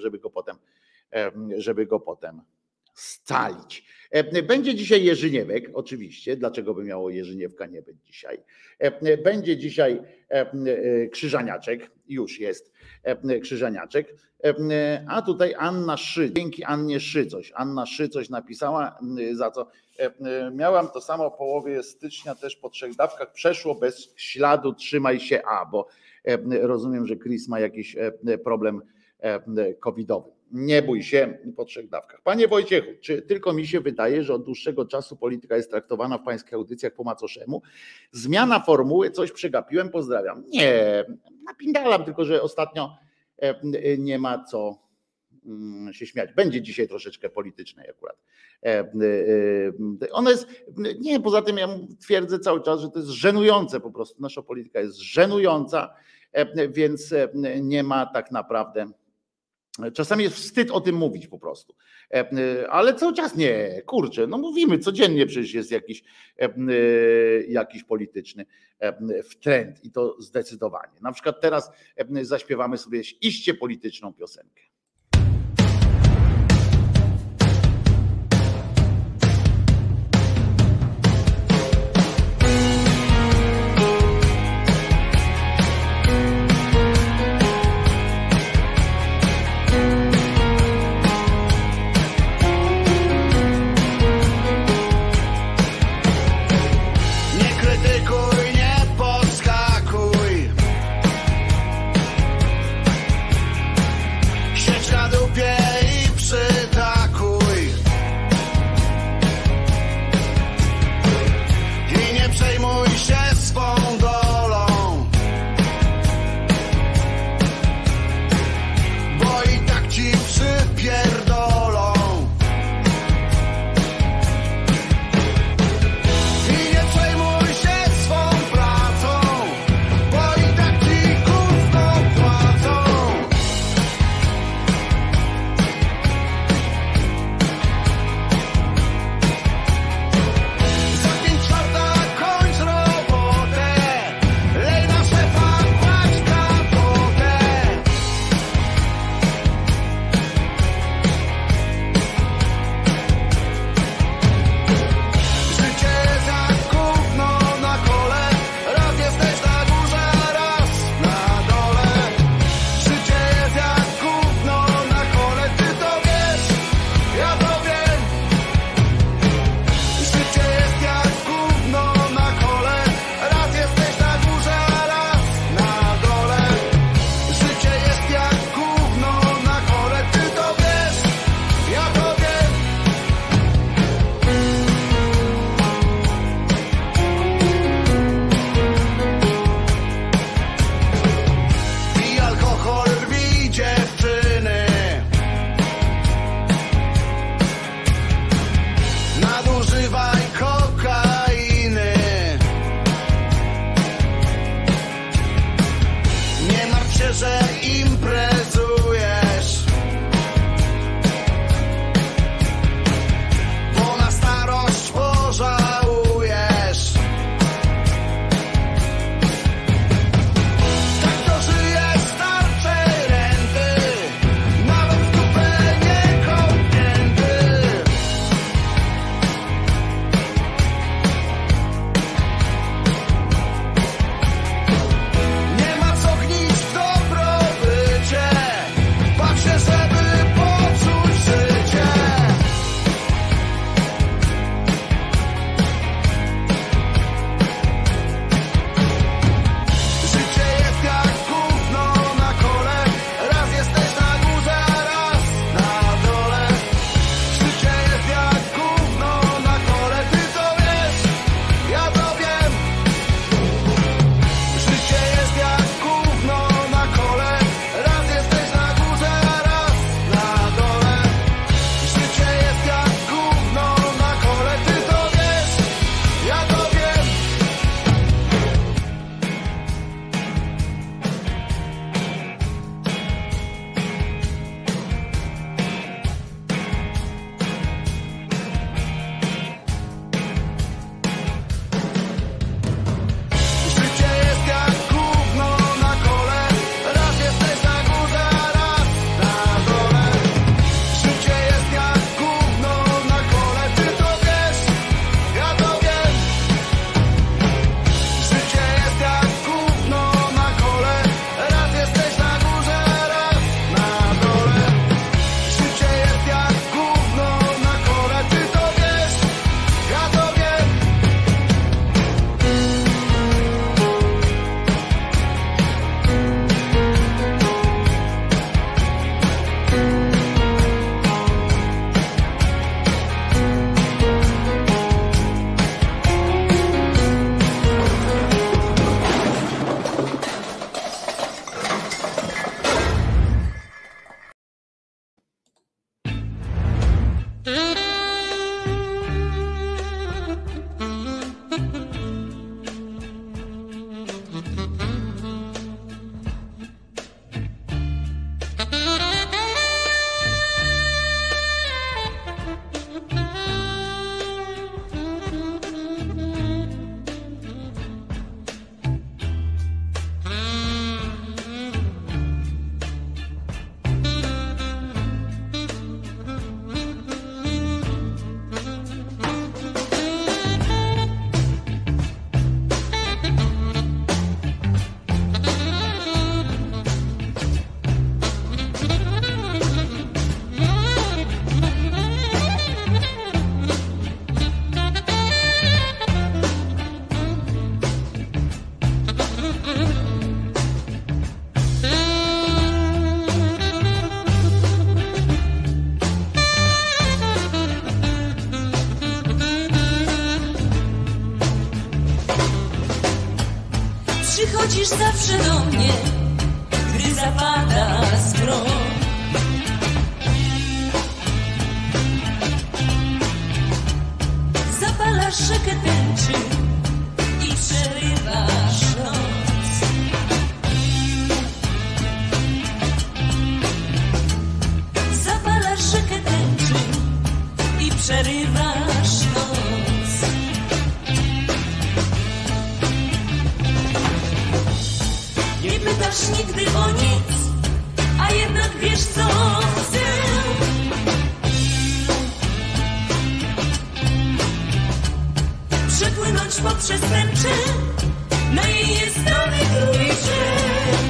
żeby go potem scalić. Będzie dzisiaj Jerzyniewek, oczywiście. Dlaczego by miało Jerzyniewka nie być dzisiaj? Będzie dzisiaj Krzyżaniaczek, już jest Krzyżaniaczek, a tutaj Anna Szy, dzięki Annie Szy coś. Anna Szy coś napisała, za co miałam to samo w połowie stycznia też po 3 dawkach, przeszło bez śladu, trzymaj się bo rozumiem, że Chris ma jakiś problem covidowy. Nie bój się po 3 dawkach. Panie Wojciechu, czy tylko mi się wydaje, że od dłuższego czasu polityka jest traktowana w pańskich audycjach po macoszemu? Zmiana formuły, coś przegapiłem, pozdrawiam. Nie, napindalam, tylko że ostatnio nie ma co się śmiać. Będzie dzisiaj troszeczkę politycznej akurat. Ona jest, nie, poza tym ja twierdzę cały czas, że to jest żenujące po prostu. Nasza polityka jest żenująca, więc nie ma tak naprawdę. Czasami jest wstyd o tym mówić po prostu, ale cały czas nie, kurczę, no mówimy codziennie, przecież jest jakiś polityczny trend i to zdecydowanie. Na przykład teraz zaśpiewamy sobie iście polityczną piosenkę. Się Przychodzisz zawsze do mnie, gdy zapada zmrok. Zapalasz rzekę tęczy i przerywasz noc. Zapalasz rzekę tęczy i przerywasz noc. Nie pytasz nigdy o nic, a jednak wiesz co chcę. Przepłynąć poprzez tęczę na jej nieznany drugi brzeg.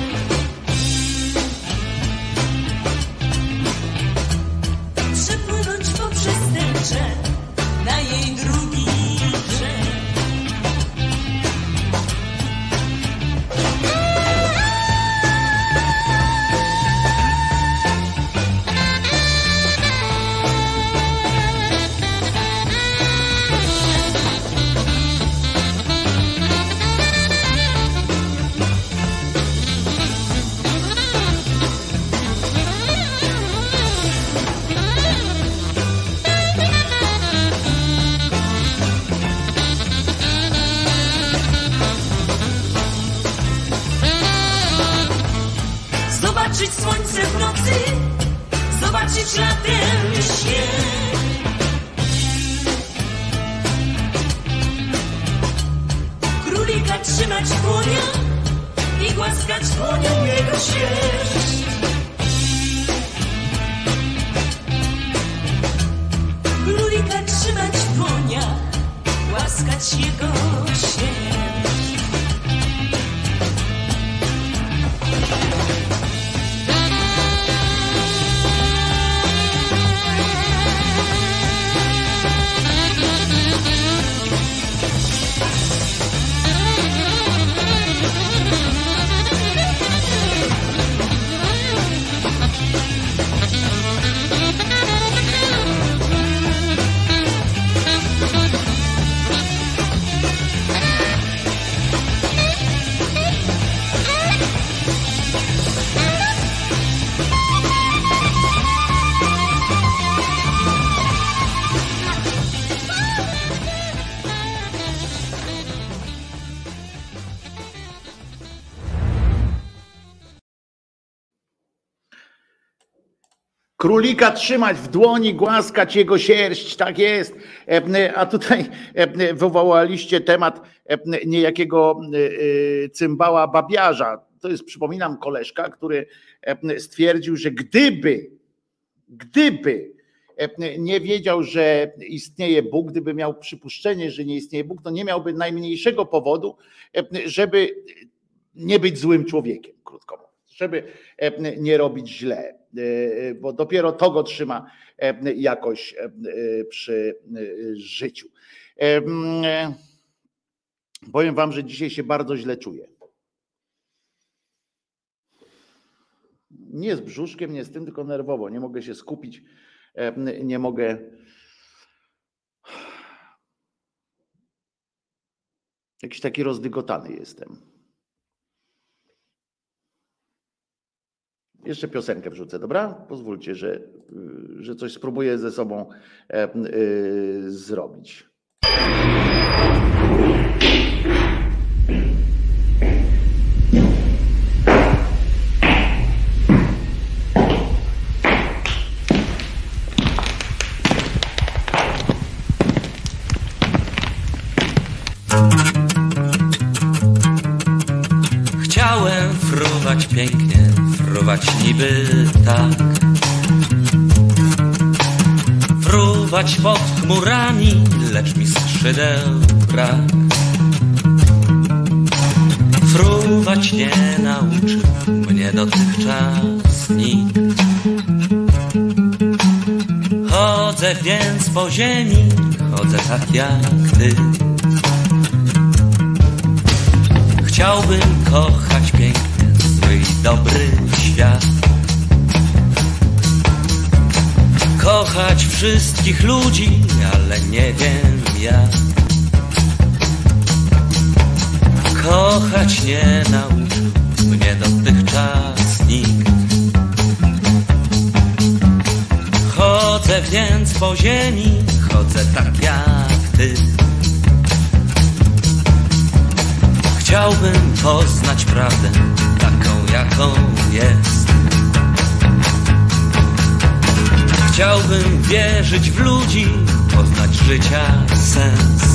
Przepłynąć poprzez tęczę na jej drugi brzeg. Zobaczyć słońce w nocy, zobaczyć latem śnieg. Królika trzymać w dłoniach i głaskać dłonią jego sierść. Królika trzymać w dłoniach, głaskać jego sierść. Królika trzymać w dłoni, głaskać jego sierść, tak jest. A tutaj wywołaliście temat niejakiego cymbała babiarza. To jest, przypominam, koleżka, który stwierdził, że gdyby nie wiedział, że istnieje Bóg, gdyby miał przypuszczenie, że nie istnieje Bóg, to nie miałby najmniejszego powodu, żeby nie być złym człowiekiem, krótko mówiąc, żeby nie robić źle, bo dopiero to go trzyma jakoś przy życiu. Powiem wam, że dzisiaj się bardzo źle czuję. Nie z brzuszkiem, nie z tym, tylko nerwowo. Nie mogę się skupić, nie mogę. Jakiś taki rozdygotany jestem. Jeszcze piosenkę wrzucę, dobra? Pozwólcie, że coś spróbuję ze sobą zrobić. Chciałem fruwać pięknie, fruwać niby tak. Fruwać pod chmurami, lecz mi skrzydeł brak. Fruwać nie nauczył mnie dotychczas nikt. Chodzę więc po ziemi, chodzę tak jak ty. Chciałbym kochać pięknie swój dobry świat. Kochać wszystkich ludzi, ale nie wiem jak. Kochać nie nauczył mnie dotychczas nikt. Chodzę więc po ziemi, chodzę tak jak ty. Chciałbym poznać prawdę taką jaką jest. Chciałbym wierzyć w ludzi, poznać życia sens.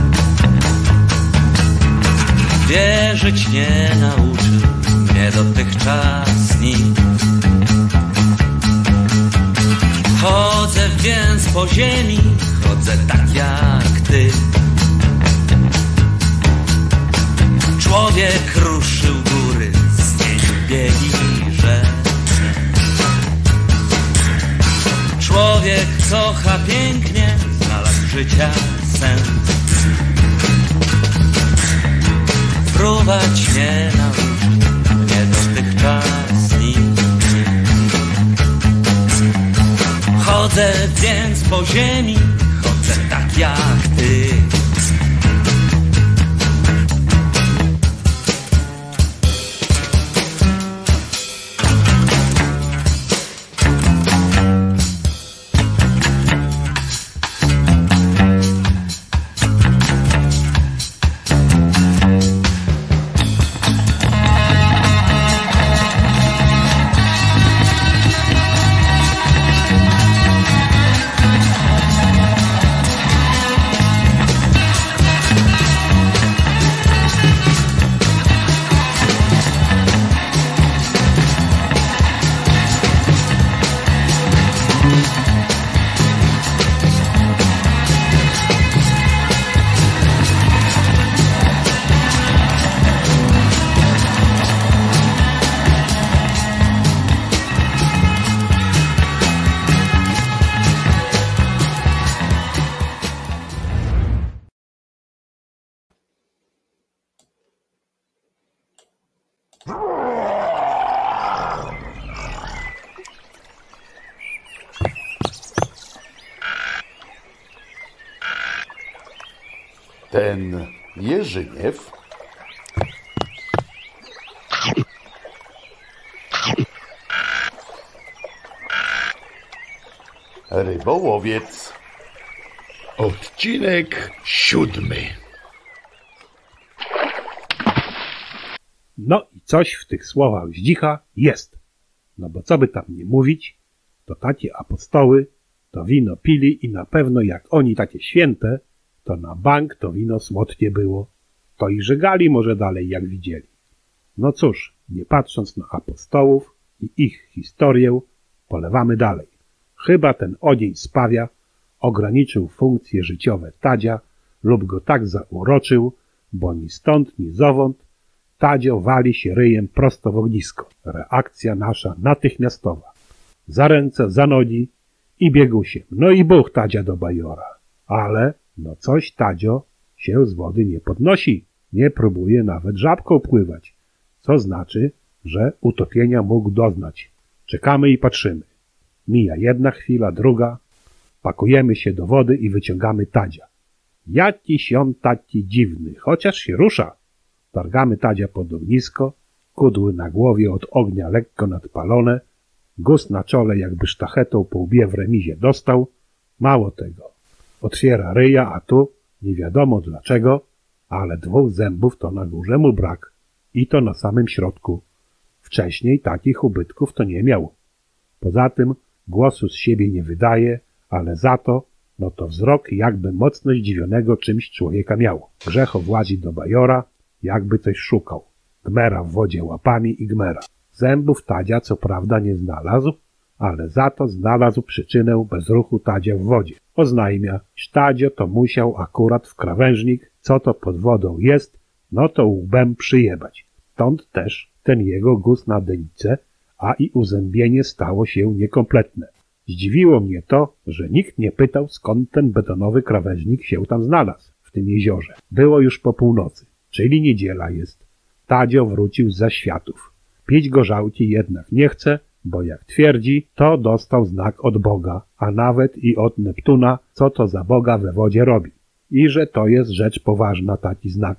Wierzyć nie nauczył mnie dotychczas nikt. Chodzę więc po ziemi, chodzę tak jak ty. Człowiek ruszył góry, z niej biegi rzece. Człowiek kocha pięknie, znalazł życia sens. Fruwać mnie nauczył mnie dotychczas nikt. Chodzę więc po ziemi, chodzę tak jak ty. Ten Jerzyniew rybołowiec. Odcinek 7. No i coś w tych słowach Zdzicha jest. No bo co by tam nie mówić, to takie apostoły to wino pili i na pewno jak oni takie święte, to na bank to wino słodkie było. To i żegali może dalej jak widzieli. No cóż, nie patrząc na apostołów i ich historię, polewamy dalej. Chyba ten odzień spawia ograniczył funkcje życiowe Tadzia lub go tak zauroczył, bo ni stąd, ni zowąd Tadzio wali się ryjem prosto w ognisko. Reakcja nasza natychmiastowa. Za ręce, za nogi i biegł się. No i buch Tadzia do bajora. Ale no coś Tadzio się z wody nie podnosi. Nie próbuje nawet żabką pływać. Co znaczy, że utopienia mógł doznać. Czekamy i patrzymy. Mija jedna chwila, druga. Pakujemy się do wody i wyciągamy Tadzia. Jakiś on taki dziwny, chociaż się rusza. Targamy Tadzia pod ognisko, kudły na głowie od ognia lekko nadpalone, guz na czole jakby sztachetą po łbie w remizie dostał. Mało tego. Otwiera ryja, a tu, nie wiadomo dlaczego, ale 2 zębów to na górze mu brak. I to na samym środku. Wcześniej takich ubytków to nie miał. Poza tym głosu z siebie nie wydaje, ale za to, no to wzrok jakby mocno zdziwionego czymś człowieka miał. Grzecho włazi do bajora, jakby coś szukał. Gmera w wodzie łapami i gmera. Zębów Tadzia co prawda nie znalazł, ale za to znalazł przyczynę bezruchu Tadzia w wodzie. Oznajmia, że Tadzio to musiał akurat w krawężnik, co to pod wodą jest, no to łbem przyjebać. Stąd też ten jego guz na denicę, a i uzębienie stało się niekompletne. Zdziwiło mnie to, że nikt nie pytał, skąd ten betonowy krawężnik się tam znalazł w tym jeziorze. Było już po północy, czyli niedziela jest. Tadzio wrócił zza światów. Pić gorzałki jednak nie chce, bo jak twierdzi, to dostał znak od Boga, a nawet i od Neptuna, co to za Boga we wodzie robi. I że to jest rzecz poważna taki znak.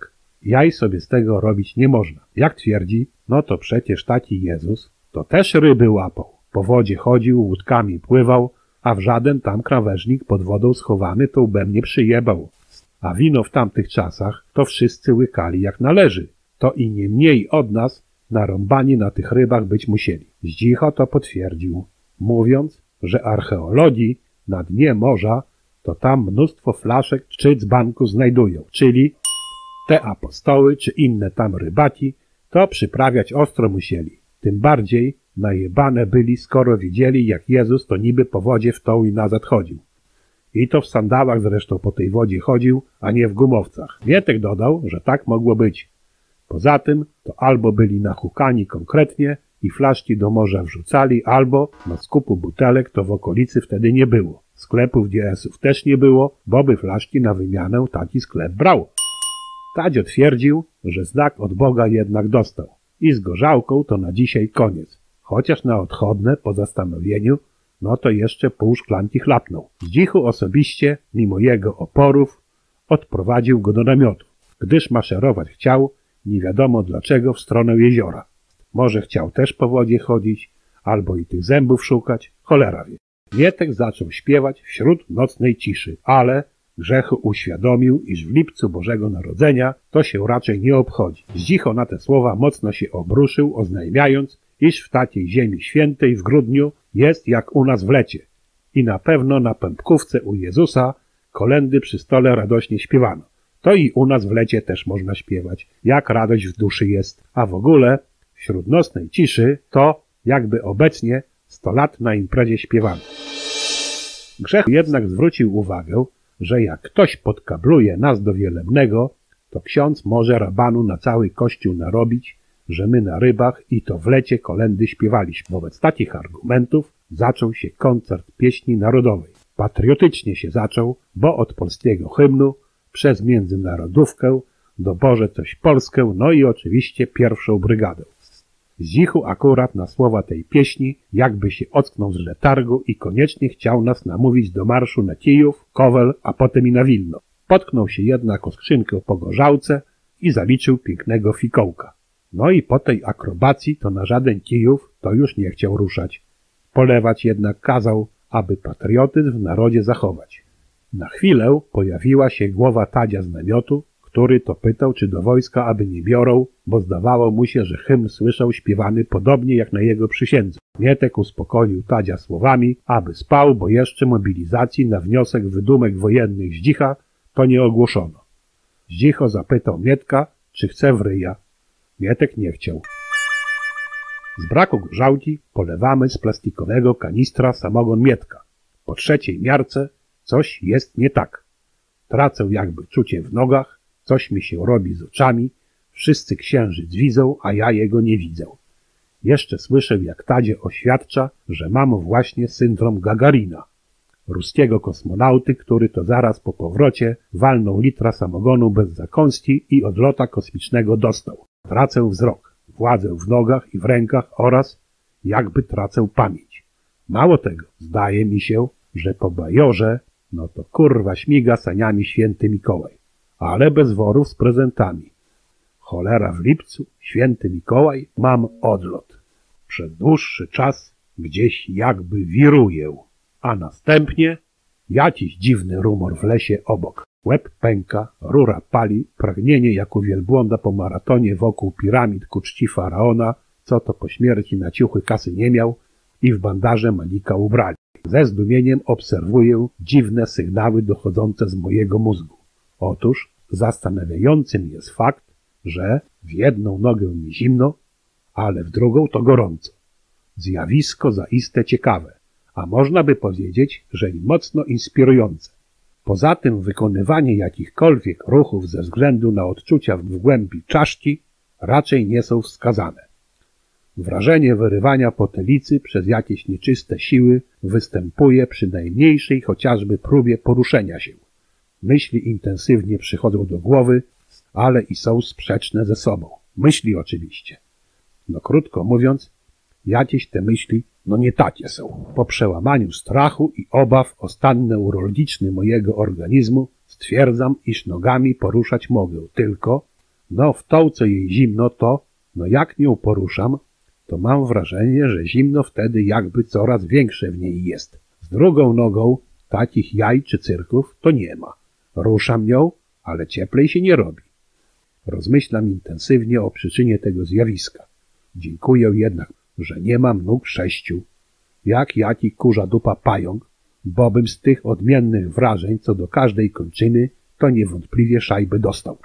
Jaj sobie z tego robić nie można. Jak twierdzi, no to przecież taki Jezus to też ryby łapał. Po wodzie chodził, łódkami pływał, a w żaden tam krawężnik pod wodą schowany to łbem nie przyjebał. A wino w tamtych czasach to wszyscy łykali jak należy. To i nie mniej od nas narąbani na tych rybach być musieli. Zdzicho to potwierdził, mówiąc, że archeolodzi na dnie morza to tam mnóstwo flaszek czy dzbanków znajdują, czyli te apostoły czy inne tam rybaki to przyprawiać ostro musieli. Tym bardziej najebane byli, skoro widzieli, jak Jezus to niby po wodzie w tą i nazad chodził. I to w sandałach zresztą po tej wodzie chodził, a nie w gumowcach. Mietek dodał, że tak mogło być. Poza tym to albo byli nachukani konkretnie i flaszki do morza wrzucali, albo na skupu butelek to w okolicy wtedy nie było. Sklepów DS-ów też nie było, bo by flaszki na wymianę taki sklep brał. Tadzio twierdził, że znak od Boga jednak dostał. I z gorzałką to na dzisiaj koniec. Chociaż na odchodne, po zastanowieniu, no to jeszcze pół szklanki chlapnął. Zdzichu osobiście, mimo jego oporów, odprowadził go do namiotu, gdyż maszerować chciał, nie wiadomo dlaczego, w stronę jeziora. Może chciał też po wodzie chodzić, albo i tych zębów szukać, cholera wie. Mietek zaczął śpiewać wśród nocnej ciszy, ale Grzechu uświadomił, iż w lipcu Bożego Narodzenia to się raczej nie obchodzi. Zdzicho na te słowa mocno się obruszył, oznajmiając, iż w takiej ziemi świętej w grudniu jest jak u nas w lecie. I na pewno na pępkówce u Jezusa kolędy przy stole radośnie śpiewano. To i u nas w lecie też można śpiewać, jak radość w duszy jest. A w ogóle wśród nocnej ciszy to jakby obecnie 100 lat na imprezie śpiewano. Grzech jednak zwrócił uwagę, że jak ktoś podkabluje nas do Wielebnego, to ksiądz może rabanu na cały kościół narobić, że my na rybach i to w lecie kolędy śpiewaliśmy. Wobec takich argumentów zaczął się koncert pieśni narodowej. Patriotycznie się zaczął, bo od polskiego hymnu przez międzynarodówkę do Boże coś Polskę, no i oczywiście pierwszą brygadę. Zdzichu akurat na słowa tej pieśni jakby się ocknął z letargu i koniecznie chciał nas namówić do marszu na Kijów, Kowel, a potem i na Wilno. Potknął się jednak o skrzynkę po gorzałce i zaliczył pięknego fikołka. No i po tej akrobacji to na żaden Kijów to już nie chciał ruszać. Polewać jednak kazał, aby patriotyzm w narodzie zachować. Na chwilę pojawiła się głowa Tadzia z namiotu, który to pytał, czy do wojska aby nie biorą, bo zdawało mu się, że hymn słyszał śpiewany podobnie jak na jego przysiędze. Mietek uspokoił Tadzia słowami, aby spał, bo jeszcze mobilizacji na wniosek wydumek wojennych Zdzicha to nie ogłoszono. Zdzicho zapytał Mietka, czy chce w ryja. Mietek nie chciał. Z braku gorzałki polewamy z plastikowego kanistra samogon Mietka. Po trzeciej miarce coś jest nie tak. Tracę jakby czucie w nogach, coś mi się robi z oczami, wszyscy księżyc widzą, a ja jego nie widzę. Jeszcze słyszę, jak Tadzie oświadcza, że mam właśnie syndrom Gagarina, ruskiego kosmonauty, który to zaraz po powrocie walnął litra samogonu bez zakąski i od lota kosmicznego dostał. Tracę wzrok, władzę w nogach i w rękach oraz jakby tracę pamięć. Mało tego, zdaje mi się, że po bajorze no to kurwa śmiga saniami święty Mikołaj, ale bez worów z prezentami. Cholera w lipcu, święty Mikołaj, mam odlot. Przez dłuższy czas gdzieś jakby wiruję, a następnie jakiś dziwny rumor w lesie obok. Łeb pęka, rura pali, pragnienie jak u wielbłąda po maratonie wokół piramid ku czci faraona, co to po śmierci na ciuchy kasy nie miał i w bandaże Malika ubrali. Ze zdumieniem obserwuję dziwne sygnały dochodzące z mojego mózgu. Otóż zastanawiającym jest fakt, że w jedną nogę mi zimno, ale w drugą to gorąco. Zjawisko zaiste ciekawe, a można by powiedzieć, że i mocno inspirujące. Poza tym wykonywanie jakichkolwiek ruchów ze względu na odczucia w głębi czaszki raczej nie są wskazane. Wrażenie wyrywania potylicy przez jakieś nieczyste siły występuje przy najmniejszej chociażby próbie poruszenia się. Myśli intensywnie przychodzą do głowy, ale i są sprzeczne ze sobą. Myśli oczywiście. No krótko mówiąc, jakieś te myśli no nie takie są. Po przełamaniu strachu i obaw o stan neurologiczny mojego organizmu stwierdzam, iż nogami poruszać mogę tylko, No w tą, co jej zimno, to, no jak nią poruszam, to mam wrażenie, że zimno wtedy jakby coraz większe w niej jest. Z drugą nogą takich jaj czy cyrków to nie ma. Ruszam nią, ale cieplej się nie robi. Rozmyślam intensywnie o przyczynie tego zjawiska. Dziękuję jednak, że nie mam nóg 6. Jak jaki kurza dupa pająk, bobym z tych odmiennych wrażeń co do każdej kończyny, to niewątpliwie szajby dostał.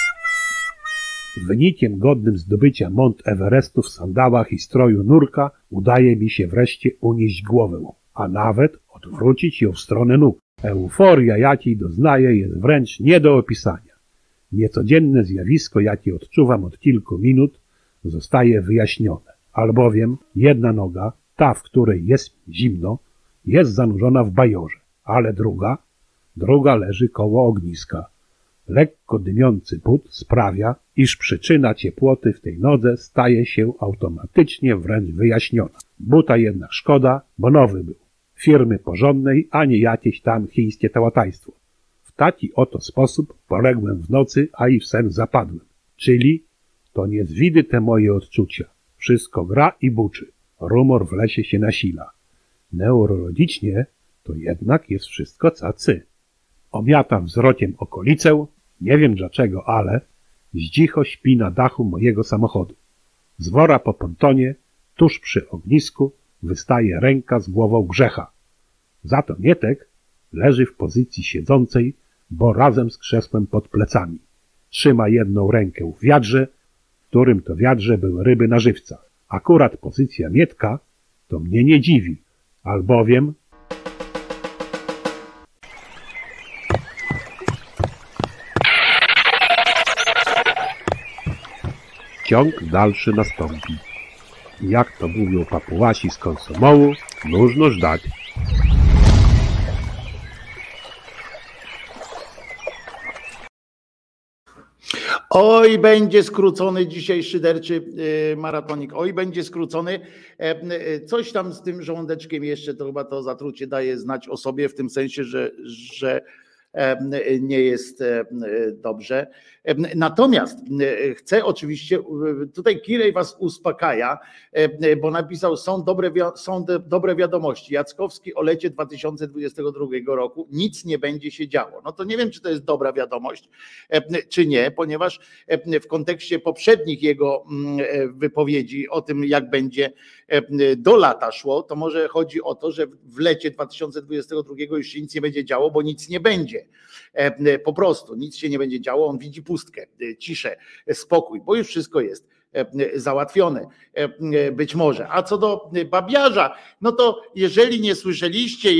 Wynikiem godnym zdobycia Mount Everestu w sandałach i stroju nurka udaje mi się wreszcie unieść głowę, a nawet odwrócić ją w stronę nóg. Euforia, jakiej doznaję, jest wręcz nie do opisania. Niecodzienne zjawisko, jakie odczuwam od kilku minut, zostaje wyjaśnione, albowiem jedna noga, ta, w której jest zimno, jest zanurzona w bajorze, ale druga leży koło ogniska. Lekko dymiący but sprawia, iż przyczyna ciepłoty w tej nodze staje się automatycznie wręcz wyjaśniona. Buta jednak szkoda, bo nowy był. Firmy porządnej, a nie jakieś tam chińskie tałataństwo. W taki oto sposób poległem w nocy, a i w sen zapadłem. Czyli to nie zwidy te moje odczucia. Wszystko gra i buczy. Rumor w lesie się nasila. Neurologicznie to jednak jest wszystko cacy. Omiatam wzrokiem okolicę, nie wiem dlaczego, ale zdzicho śpi na dachu mojego samochodu. Z wora po pontonie, tuż przy ognisku, wystaje ręka z głową Grzecha. Za to Mietek leży w pozycji siedzącej, bo razem z krzesłem pod plecami. Trzyma jedną rękę w wiadrze, w którym to wiadrze były ryby na żywca. Akurat pozycja Mietka to mnie nie dziwi, albowiem ciąg dalszy nastąpi. Jak to mówią Papuasi z Konsomołu, nóżno żdać. Oj, będzie skrócony dzisiaj szyderczy maratonik. Oj, będzie skrócony. Coś tam z tym żołądeczkiem jeszcze, to chyba to zatrucie daje znać o sobie, w tym sensie, że nie jest dobrze. Natomiast chcę oczywiście, tutaj Kirej was uspokaja, bo napisał, są dobre wiadomości. Jackowski o lecie 2022 roku, nic nie będzie się działo. No to nie wiem, czy to jest dobra wiadomość, czy nie, ponieważ w kontekście poprzednich jego wypowiedzi o tym, jak będzie do lata szło, to może chodzi o to, że w lecie 2022 już się nic nie będzie działo, bo nic nie będzie. Po prostu nic się nie będzie działo, on widzi pustkę, ciszę, spokój, bo już wszystko jest załatwione być może. A co do Babiarza, no to jeżeli nie słyszeliście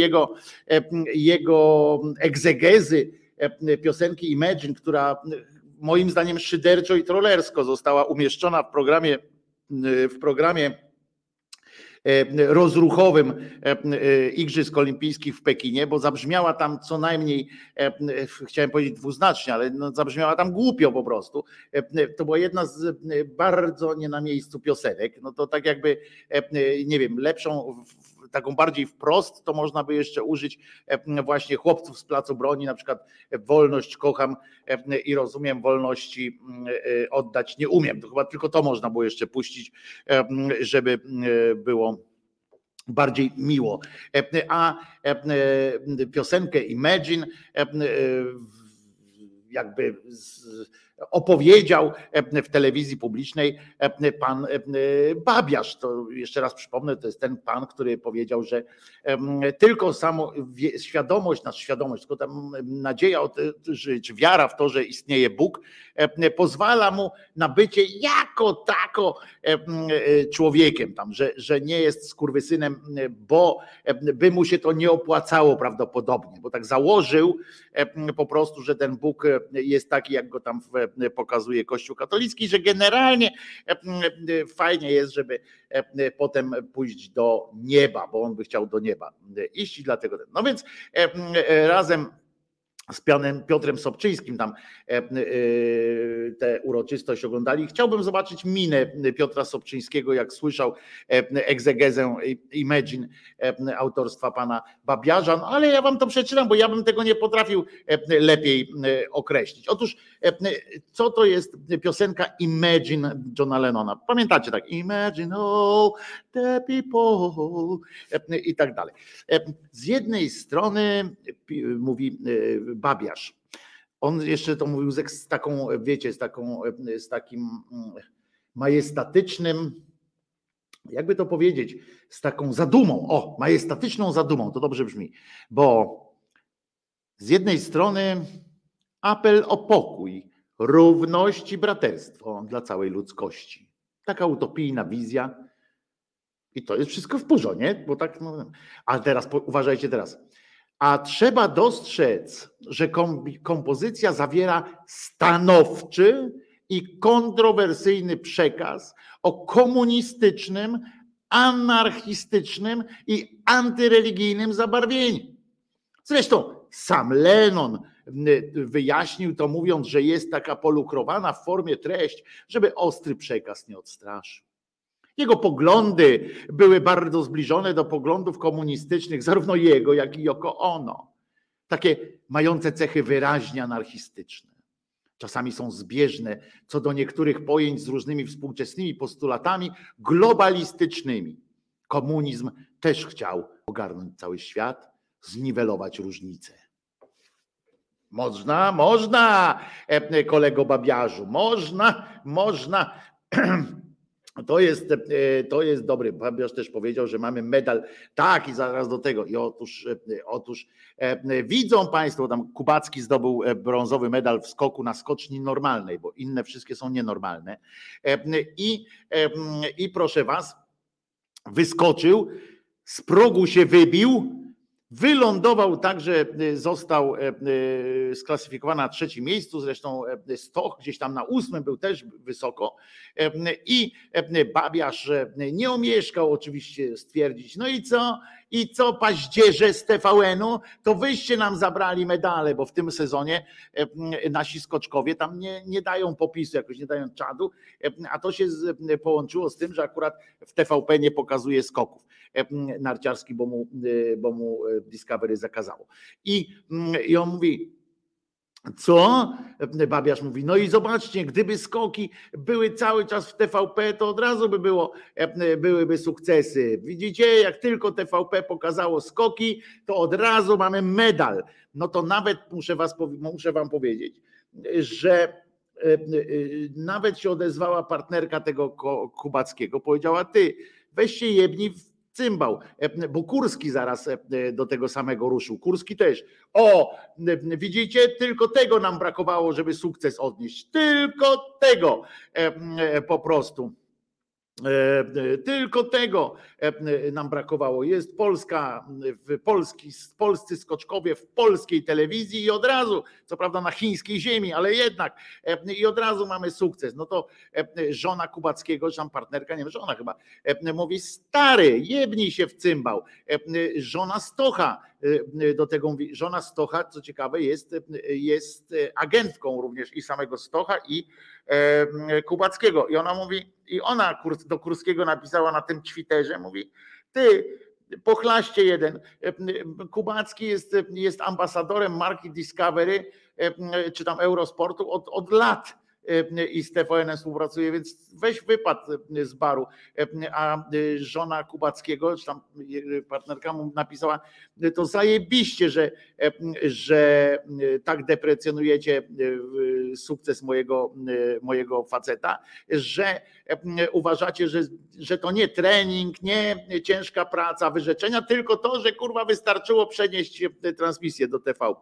jego egzegezy piosenki Imagine, która moim zdaniem szyderczo i trollersko została umieszczona w programie rozruchowym Igrzysk Olimpijskich w Pekinie, bo zabrzmiała tam co najmniej, chciałem powiedzieć dwuznacznie, ale no zabrzmiała tam głupio po prostu. To była jedna z bardzo nie na miejscu piosenek. No to tak jakby, nie wiem, lepszą, taką bardziej wprost, to można by jeszcze użyć właśnie chłopców z Placu Broni, na przykład wolność kocham i rozumiem, wolności oddać nie umiem. To chyba tylko to można było jeszcze puścić, żeby było bardziej miło. A piosenkę Imagine jakby opowiedział w telewizji publicznej pan Babiarz. To jeszcze raz przypomnę, to jest ten pan, który powiedział, że tylko samo świadomość, tylko tam nadzieja, czy wiara w to, że istnieje Bóg, pozwala mu na bycie jako tako człowiekiem tam, że nie jest skurwysynem, bo by mu się to nie opłacało prawdopodobnie, bo tak założył po prostu, że ten Bóg jest taki, jak go tam pokazuje Kościół katolicki, że generalnie fajnie jest, żeby potem pójść do nieba, bo on by chciał do nieba iść i dlatego. No więc razem z panem Piotrem Sobczyńskim tam tę uroczystość oglądali. Chciałbym zobaczyć minę Piotra Sobczyńskiego, jak słyszał egzegezę Imagine autorstwa pana Babiarza, no, ale ja wam to przeczytam, bo ja bym tego nie potrafił lepiej określić. Otóż co to jest piosenka Imagine Johna Lennona? Pamiętacie tak? Imagine all the people i tak dalej. Z jednej strony mówi Babiarz. On jeszcze to mówił z taką, wiecie, z takim majestatycznym, jakby to powiedzieć, z taką zadumą, majestatyczną zadumą, to dobrze brzmi, bo z jednej strony apel o pokój, równość i braterstwo dla całej ludzkości. Taka utopijna wizja i to jest wszystko w porządku, nie? Bo tak, no, ale teraz uważajcie teraz. A trzeba dostrzec, że kompozycja zawiera stanowczy i kontrowersyjny przekaz o komunistycznym, anarchistycznym i antyreligijnym zabarwieniu. Zresztą sam Lennon wyjaśnił to, mówiąc, że jest taka polukrowana w formie treść, żeby ostry przekaz nie odstraszył. Jego poglądy były bardzo zbliżone do poglądów komunistycznych, zarówno jego, jak i Yoko Ono. Takie mające cechy wyraźnie anarchistyczne. Czasami są zbieżne co do niektórych pojęć z różnymi współczesnymi postulatami globalistycznymi. Komunizm też chciał ogarnąć cały świat, zniwelować różnice. Można, kolego Babiarzu, można. To jest dobry. Babiarz też powiedział, że mamy medal. Tak, i zaraz do tego. I otóż widzą Państwo, tam Kubacki zdobył brązowy medal w skoku na skoczni normalnej, bo inne wszystkie są nienormalne. I proszę Was, wyskoczył, z progu się wybił, wylądował tak, że został sklasyfikowany na 3. miejscu, zresztą Stoch gdzieś tam na 8 był też wysoko i Babiarz nie omieszkał oczywiście stwierdzić, no i co paździerze z TVN-u, to wyście nam zabrali medale, bo w tym sezonie nasi skoczkowie tam nie dają popisu, jakoś nie dają czadu, a to się połączyło z tym, że akurat w TVP nie pokazuje skoków narciarskich, bo mu Discovery zakazało. I on mówi, co? Babiarz mówi, no i zobaczcie, gdyby skoki były cały czas w TVP, to od razu byłyby sukcesy. Widzicie, jak tylko TVP pokazało skoki, to od razu mamy medal. No to nawet muszę wam powiedzieć, że nawet się odezwała partnerka tego Kubackiego, powiedziała, ty weź się jebnij w cymbał, bo Kurski zaraz do tego samego ruszył. Kurski też. Widzicie, tylko tego nam brakowało, żeby sukces odnieść. Tylko tego po prostu. Tylko tego nam brakowało. Jest polscy skoczkowie w polskiej telewizji i od razu, co prawda na chińskiej ziemi, ale jednak i od razu mamy sukces. No to żona Kubackiego, czy tam partnerka, nie wiem, żona chyba, mówi, stary, jebnij się w cymbał. Żona Stocha do tego mówi, żona Stocha, co ciekawe, jest agentką również i samego Stocha i Kubackiego. I ona mówi, i ona do Kurskiego napisała na tym Twitterze, mówi, ty pochlaście jeden, Kubacki jest ambasadorem marki Discovery, czy tam Eurosportu od lat i z TVN współpracuje, więc weź wypad z baru. A żona Kubackiego, czy tam partnerka mu napisała, to zajebiście, że tak deprecjonujecie sukces mojego faceta, że uważacie, że to nie trening, nie ciężka praca, wyrzeczenia, tylko to, że kurwa wystarczyło przenieść transmisję do TVP.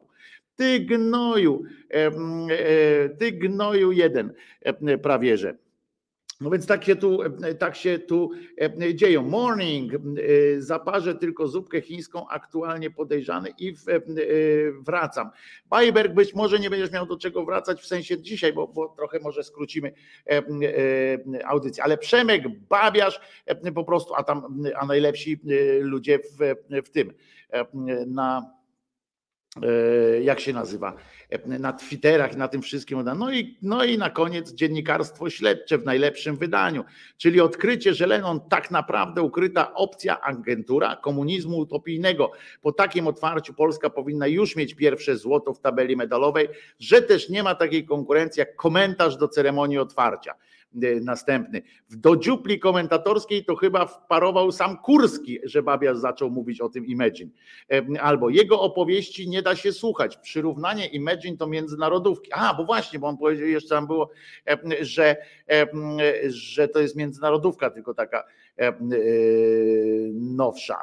Ty gnoju jeden prawie że. No więc tak się tu dzieją. Morning, zaparzę tylko zupkę chińską, aktualnie podejrzany i wracam. Bajberg, być może nie będziesz miał do czego wracać, w sensie dzisiaj, bo trochę może skrócimy audycję, ale Przemek, Babiarz po prostu, a najlepsi ludzie w tym, jak się nazywa, na Twitterach i na tym wszystkim. No i na koniec dziennikarstwo śledcze w najlepszym wydaniu, czyli odkrycie, że Lennon tak naprawdę ukryta opcja, agentura komunizmu utopijnego. Po takim otwarciu Polska powinna już mieć pierwsze złoto w tabeli medalowej, że też nie ma takiej konkurencji jak komentarz do ceremonii otwarcia. Następny. Do dziupli komentatorskiej to chyba wparował sam Kurski, że Babiarz zaczął mówić o tym Imagine. Albo jego opowieści nie da się słuchać. Przyrównanie Imagine to międzynarodówki. Bo właśnie, bo on powiedział, jeszcze tam było, że to jest międzynarodówka, tylko taka nowsza.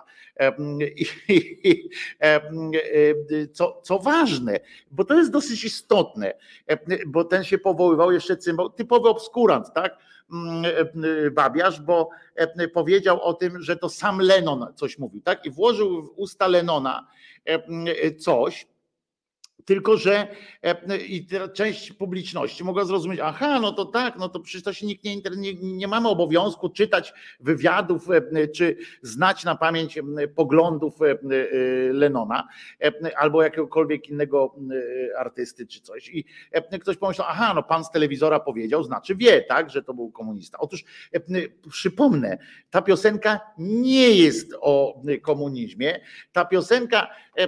Co ważne, bo to jest dosyć istotne, bo ten się powoływał jeszcze cymbał, typowy obskurant, tak? Babiarz, bo powiedział o tym, że to sam Lennon coś mówił, tak? I włożył w usta Lennona coś, tylko że i część publiczności mogła zrozumieć, no to tak, no to przecież to się nikt nie mamy obowiązku czytać wywiadów, czy znać na pamięć poglądów Lennona, albo jakiegokolwiek innego artysty, czy coś. I ktoś pomyślał, no pan z telewizora powiedział, znaczy wie, tak, że to był komunista. Otóż przypomnę, ta piosenka nie jest o komunizmie, ta piosenka,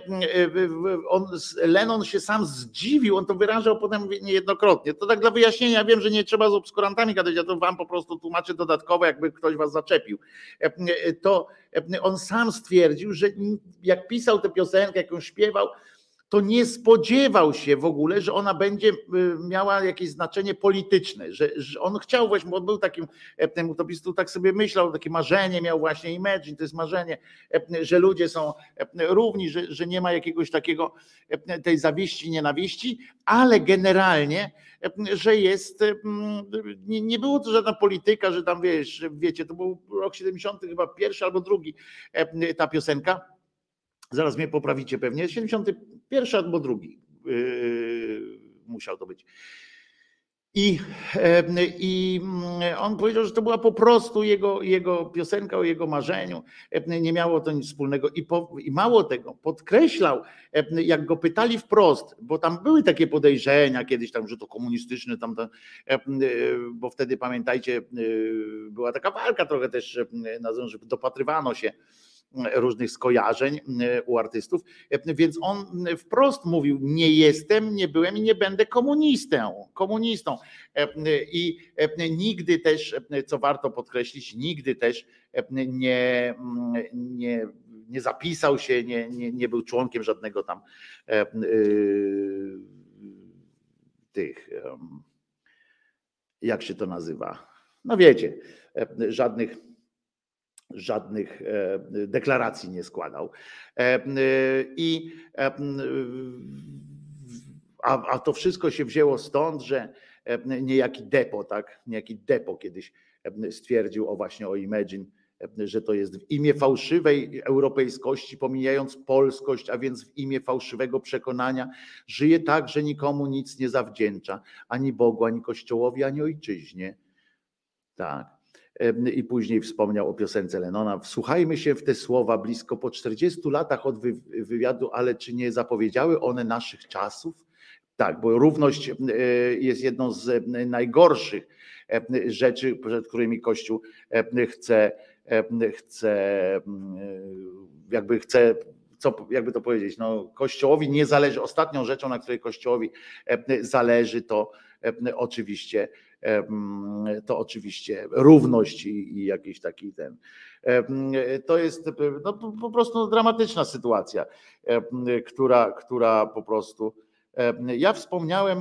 Lennon się sam zdziwił, on to wyrażał potem niejednokrotnie. To tak dla wyjaśnienia, wiem, że nie trzeba z obskurantami gadać, ja to wam po prostu tłumaczę dodatkowo, jakby ktoś was zaczepił. To on sam stwierdził, że jak pisał tę piosenkę, jak ją śpiewał, to nie spodziewał się w ogóle, że ona będzie miała jakieś znaczenie polityczne, że on chciał właśnie, bo on był takim utopistą, tak sobie myślał, takie marzenie miał właśnie Imagine, to jest marzenie, że ludzie są równi, że nie ma jakiegoś takiego tej zawiści, nienawiści, ale generalnie, że jest, nie było to żadna polityka, że tam wiecie, to był rok 70 chyba pierwszy albo drugi ta piosenka. Zaraz mnie poprawicie pewnie, 71 albo drugi musiał to być. I on powiedział, że to była po prostu jego piosenka o jego marzeniu, nie miało to nic wspólnego i mało tego, podkreślał, jak go pytali wprost, bo tam były takie podejrzenia kiedyś tam, że to komunistyczne, bo wtedy pamiętajcie, była taka walka trochę też, że dopatrywano się różnych skojarzeń u artystów, więc on wprost mówił, nie jestem, nie byłem i nie będę komunistą. I nigdy też, co warto podkreślić, nigdy też nie zapisał się, nie był członkiem żadnego tam tych, jak się to nazywa, no wiecie, żadnych deklaracji nie składał. A to wszystko się wzięło stąd, że niejaki Depo kiedyś stwierdził właśnie o Imagine, że to jest w imię fałszywej europejskości, pomijając polskość, a więc w imię fałszywego przekonania, żyje tak, że nikomu nic nie zawdzięcza, ani Bogu, ani Kościołowi, ani ojczyźnie. Tak. I później wspomniał o piosence Lennona. Wsłuchajmy się w te słowa blisko po 40 latach od wywiadu, ale czy nie zapowiedziały one naszych czasów? Tak, bo równość jest jedną z najgorszych rzeczy, przed którymi Kościół chce, jakby to powiedzieć, no Kościołowi nie zależy, ostatnią rzeczą, na której Kościołowi zależy, to oczywiście równość i jakiś taki ten. To jest po prostu dramatyczna sytuacja, która po prostu. Ja wspomniałem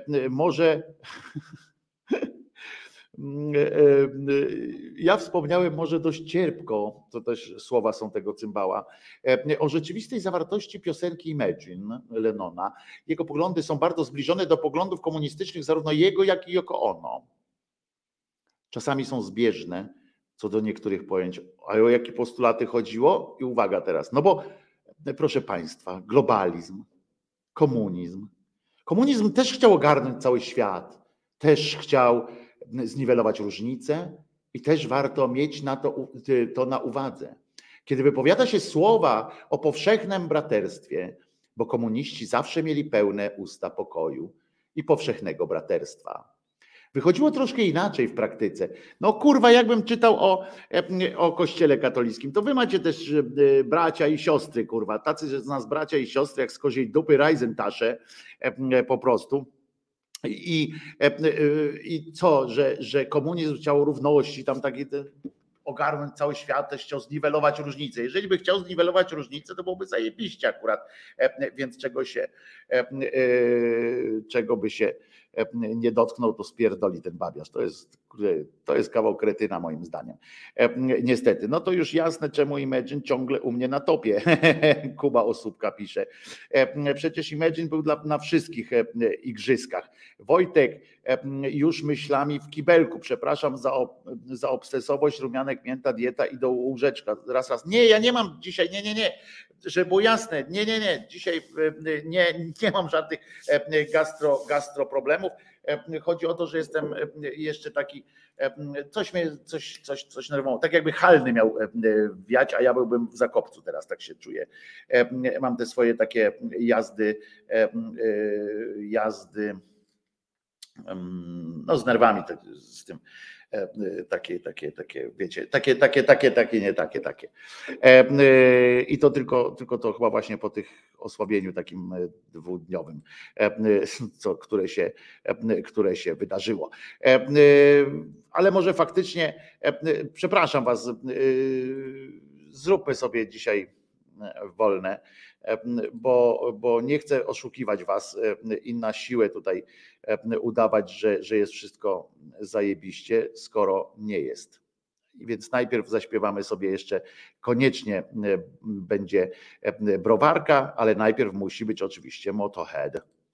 może dość cierpko, to też słowa są tego cymbała, o rzeczywistej zawartości piosenki Imagine Lennona. Jego poglądy są bardzo zbliżone do poglądów komunistycznych, zarówno jego, jak i Yoko Ono. Czasami są zbieżne co do niektórych pojęć. A o jakie postulaty chodziło? I uwaga teraz, no bo proszę Państwa, globalizm, komunizm. Komunizm też chciał ogarnąć cały świat, też chciał zniwelować różnice i też warto mieć to na uwadze. Kiedy wypowiada się słowa o powszechnym braterstwie, bo komuniści zawsze mieli pełne usta pokoju i powszechnego braterstwa. Wychodziło troszkę inaczej w praktyce. No kurwa, jakbym czytał o Kościele katolickim, to wy macie też bracia i siostry, kurwa, tacy z nas bracia i siostry, jak z koziej dupy Rajzentasze po prostu. I co, że komunizm chciał równości, tam taki ogarnąć cały świat, też chciał zniwelować różnice. Jeżeli by chciał zniwelować różnice, to byłoby zajebiście akurat, więc czego by się nie dotknął, to spierdoli ten babiarz. To jest kawał kretyna moim zdaniem. Niestety, no to już jasne, czemu Imagine ciągle u mnie na topie. Kuba Osóbka pisze. Przecież Imagine był na wszystkich igrzyskach. Wojtek, już myślami w kibelku. Przepraszam za obsesowość, rumianek, mięta, dieta i do łóżeczka. Raz. Nie, ja nie mam dzisiaj, nie. Żeby było jasne, nie. Dzisiaj nie mam żadnych gastro problemów. Chodzi o to, że jestem jeszcze taki, coś nerwowało. Tak jakby halny miał wiać, a ja byłbym w Zakopcu teraz, tak się czuję. Mam te swoje takie jazdy no z nerwami, z tym. Takie, wiecie, takie, nie takie. I to tylko to chyba właśnie po tych osłabieniu takim dwudniowym, które się wydarzyło. Ale może faktycznie, przepraszam was, zróbmy sobie dzisiaj wolne, bo nie chcę oszukiwać was i na siłę tutaj udawać, że jest wszystko zajebiście, skoro nie jest. Więc najpierw zaśpiewamy sobie jeszcze, koniecznie będzie browarka, ale najpierw musi być oczywiście Motorhead.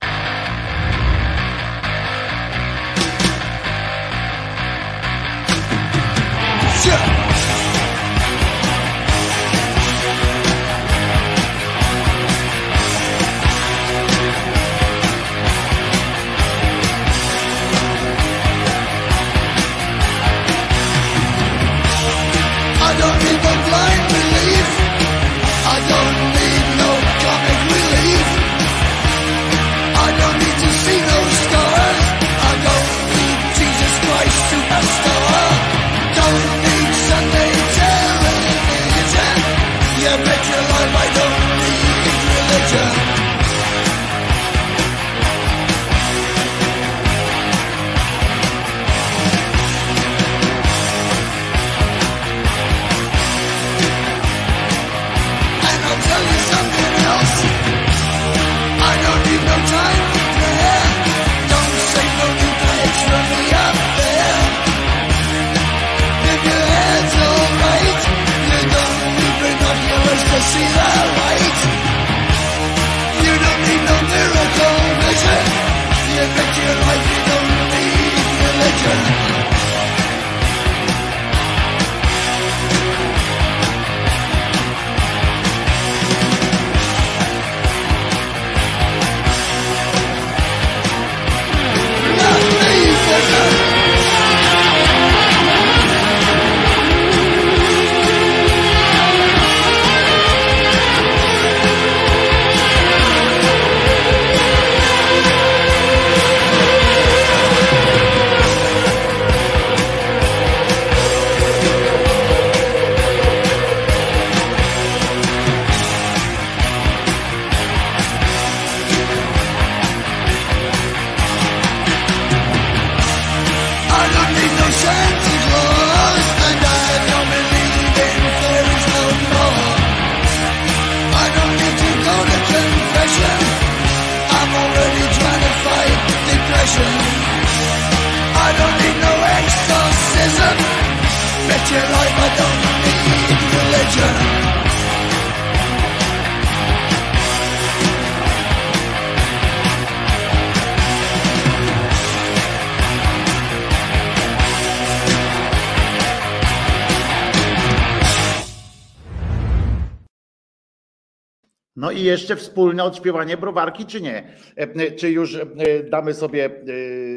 No i jeszcze wspólne odśpiewanie browarki, czy nie? Czy już damy sobie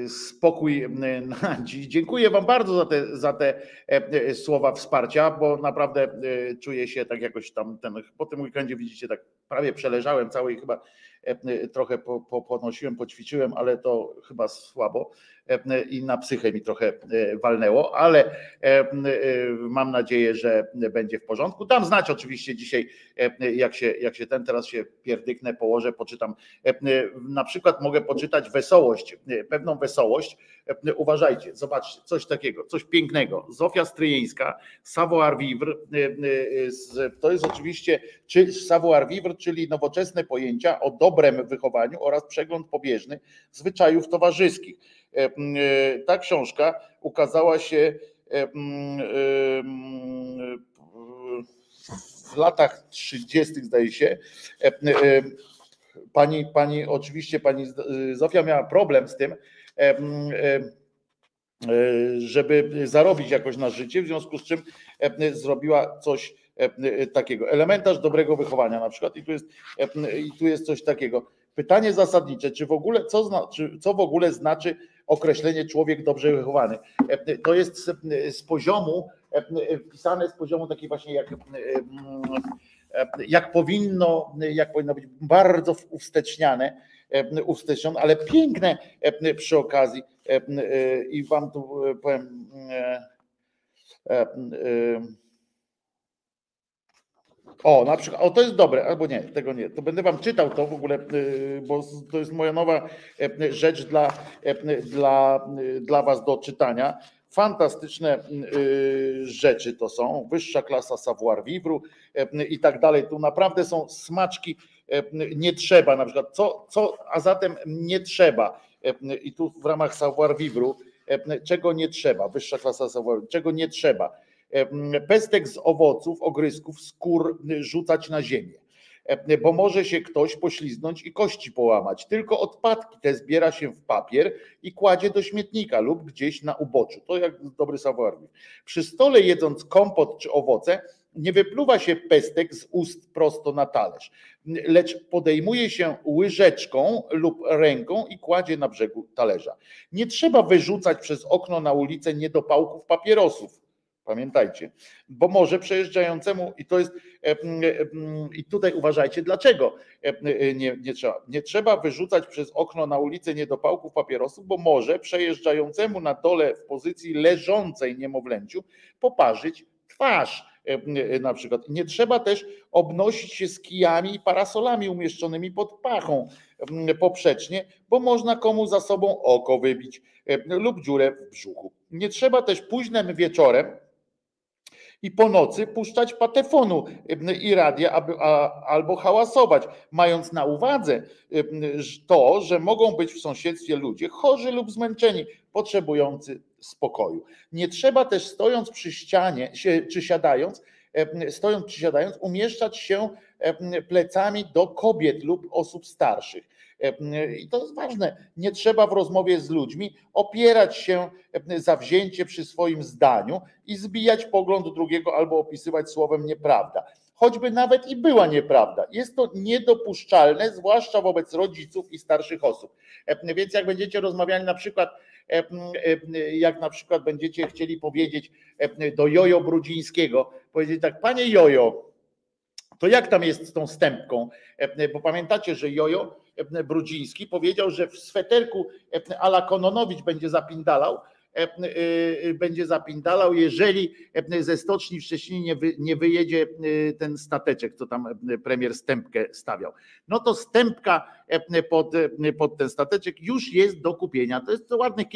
spokój na dziś? Dziękuję wam bardzo za te słowa wsparcia, bo naprawdę czuję się tak jakoś tam, po tym weekendzie widzicie, tak prawie przeleżałem cały i chyba trochę podnosiłem, poćwiczyłem, ale to chyba słabo i na psychę mi trochę walnęło, ale mam nadzieję, że będzie w porządku. Dam znać oczywiście dzisiaj, jak się teraz się pierdyknę, położę, poczytam. Na przykład mogę poczytać wesołość, pewną wesołość. Uważajcie, zobaczcie, coś takiego, coś pięknego. Zofia Stryjeńska, savoir vivre, to jest oczywiście savoir vivre, czyli nowoczesne pojęcia o dobrym wychowaniu oraz przegląd pobieżny zwyczajów towarzyskich. Ta książka ukazała się w latach 30., zdaje się. Oczywiście pani Zofia miała problem z tym, żeby zarobić jakoś na życie, w związku z czym zrobiła coś takiego. Elementarz dobrego wychowania na przykład i tu jest coś takiego. Pytanie zasadnicze, co w ogóle znaczy określenie człowiek dobrze wychowany? To jest z poziomu, pisane z poziomu takiej właśnie jak powinno być bardzo uwstecznione, ale piękne przy okazji. I wam tu powiem, na przykład, to jest dobre, albo nie, tego nie, to będę wam czytał to w ogóle, bo to jest moja nowa rzecz dla was do czytania. Fantastyczne rzeczy to są, wyższa klasa savoir vivre i tak dalej. Tu naprawdę są smaczki, nie trzeba na przykład, a zatem nie trzeba. I tu w ramach savoir vivre, czego nie trzeba, wyższa klasa savoir vivre, czego nie trzeba. Pestek z owoców, ogrysków, skór rzucać na ziemię, bo może się ktoś pośliznąć i kości połamać. Tylko odpadki te zbiera się w papier i kładzie do śmietnika lub gdzieś na uboczu. To jak dobry savoir-vivre. Przy stole jedząc kompot czy owoce nie wypluwa się pestek z ust prosto na talerz, lecz podejmuje się łyżeczką lub ręką i kładzie na brzegu talerza. Nie trzeba wyrzucać przez okno na ulicę niedopałków papierosów. Pamiętajcie, bo może przejeżdżającemu, i tutaj uważajcie, dlaczego nie trzeba. Nie trzeba wyrzucać przez okno na ulicę niedopałków papierosów, bo może przejeżdżającemu na dole w pozycji leżącej niemowlęciu poparzyć twarz. Na przykład. Nie trzeba też obnosić się z kijami i parasolami umieszczonymi pod pachą poprzecznie, bo można komu za sobą oko wybić lub dziurę w brzuchu. Nie trzeba też późnym wieczorem i po nocy puszczać patefonu i radia albo hałasować, mając na uwadze to, że mogą być w sąsiedztwie ludzie chorzy lub zmęczeni, potrzebujący spokoju. Nie trzeba też stojąc przy ścianie czy siadając, umieszczać się plecami do kobiet lub osób starszych. I to jest ważne. Nie trzeba w rozmowie z ludźmi opierać się zawzięcie przy swoim zdaniu i zbijać pogląd drugiego albo opisywać słowem nieprawda. Choćby nawet i była nieprawda. Jest to niedopuszczalne, zwłaszcza wobec rodziców i starszych osób. Więc jak będziecie rozmawiali jak na przykład będziecie chcieli powiedzieć do Jojo Brudzińskiego, powiedzieć tak: panie Jojo, to jak tam jest z tą stępką? Bo pamiętacie, że Jojo Brudziński powiedział, że w sweterku a la Kononowicz będzie zapindalał, jeżeli ze stoczni w Szczecinie nie wyjedzie ten stateczek, co tam premier stępkę stawiał. No to stępka pod ten stateczek już jest do kupienia. To jest ładnych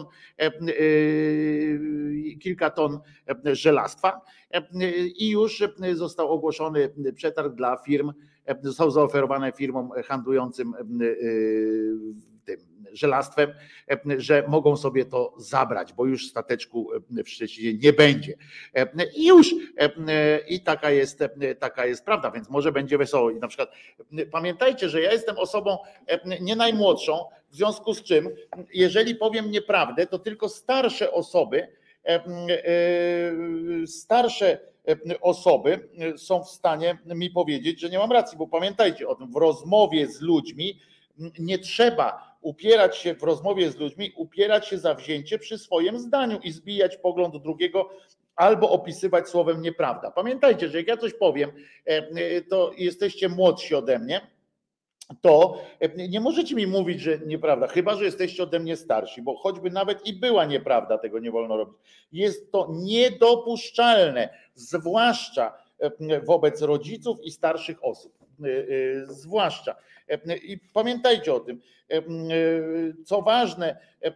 kilka ton żelastwa i już został ogłoszony przetarg dla firm, został zaoferowany firmom handlującym tym żelastwem, że mogą sobie to zabrać, bo już stateczku w Szczecinie nie będzie. I taka jest prawda, więc może będzie wesoło. I na przykład pamiętajcie, że ja jestem osobą nie najmłodszą, w związku z czym, jeżeli powiem nieprawdę, to tylko starsze osoby są w stanie mi powiedzieć, że nie mam racji, bo pamiętajcie o tym, w rozmowie z ludźmi nie trzeba upierać się zawzięcie przy swoim zdaniu i zbijać pogląd drugiego albo opisywać słowem nieprawda. Pamiętajcie, że jak ja coś powiem, to jesteście młodsi ode mnie, to nie możecie mi mówić, że nieprawda, chyba że jesteście ode mnie starsi, bo choćby nawet i była nieprawda, tego nie wolno robić. Jest to niedopuszczalne, zwłaszcza wobec rodziców i starszych osób. Zwłaszcza. I pamiętajcie o tym, co ważne,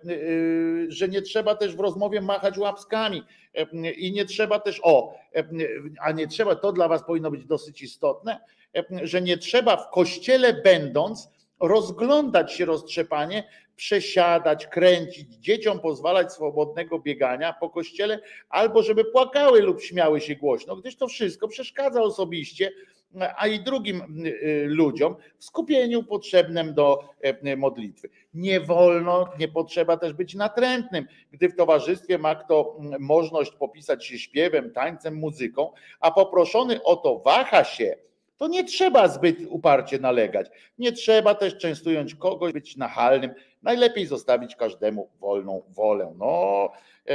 że nie trzeba też w rozmowie machać łapskami i nie trzeba też, a nie trzeba, to dla was powinno być dosyć istotne, że nie trzeba w kościele będąc rozglądać się roztrzepanie, przesiadać, kręcić, dzieciom pozwalać swobodnego biegania po kościele, albo żeby płakały lub śmiały się głośno, gdyż to wszystko przeszkadza osobiście, a i drugim ludziom w skupieniu potrzebnym do modlitwy. Nie wolno, nie potrzeba też być natrętnym, gdy w towarzystwie ma kto możliwość popisać się śpiewem, tańcem, muzyką, a poproszony o to waha się, to nie trzeba zbyt uparcie nalegać. Nie trzeba też częstując kogoś być nachalnym. Najlepiej zostawić każdemu wolną wolę. No,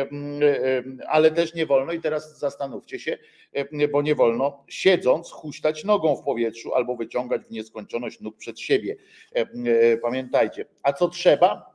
ale też nie wolno, i teraz zastanówcie się, bo nie wolno siedząc huśtać nogą w powietrzu albo wyciągać w nieskończoność nóg przed siebie. Pamiętajcie. A co trzeba?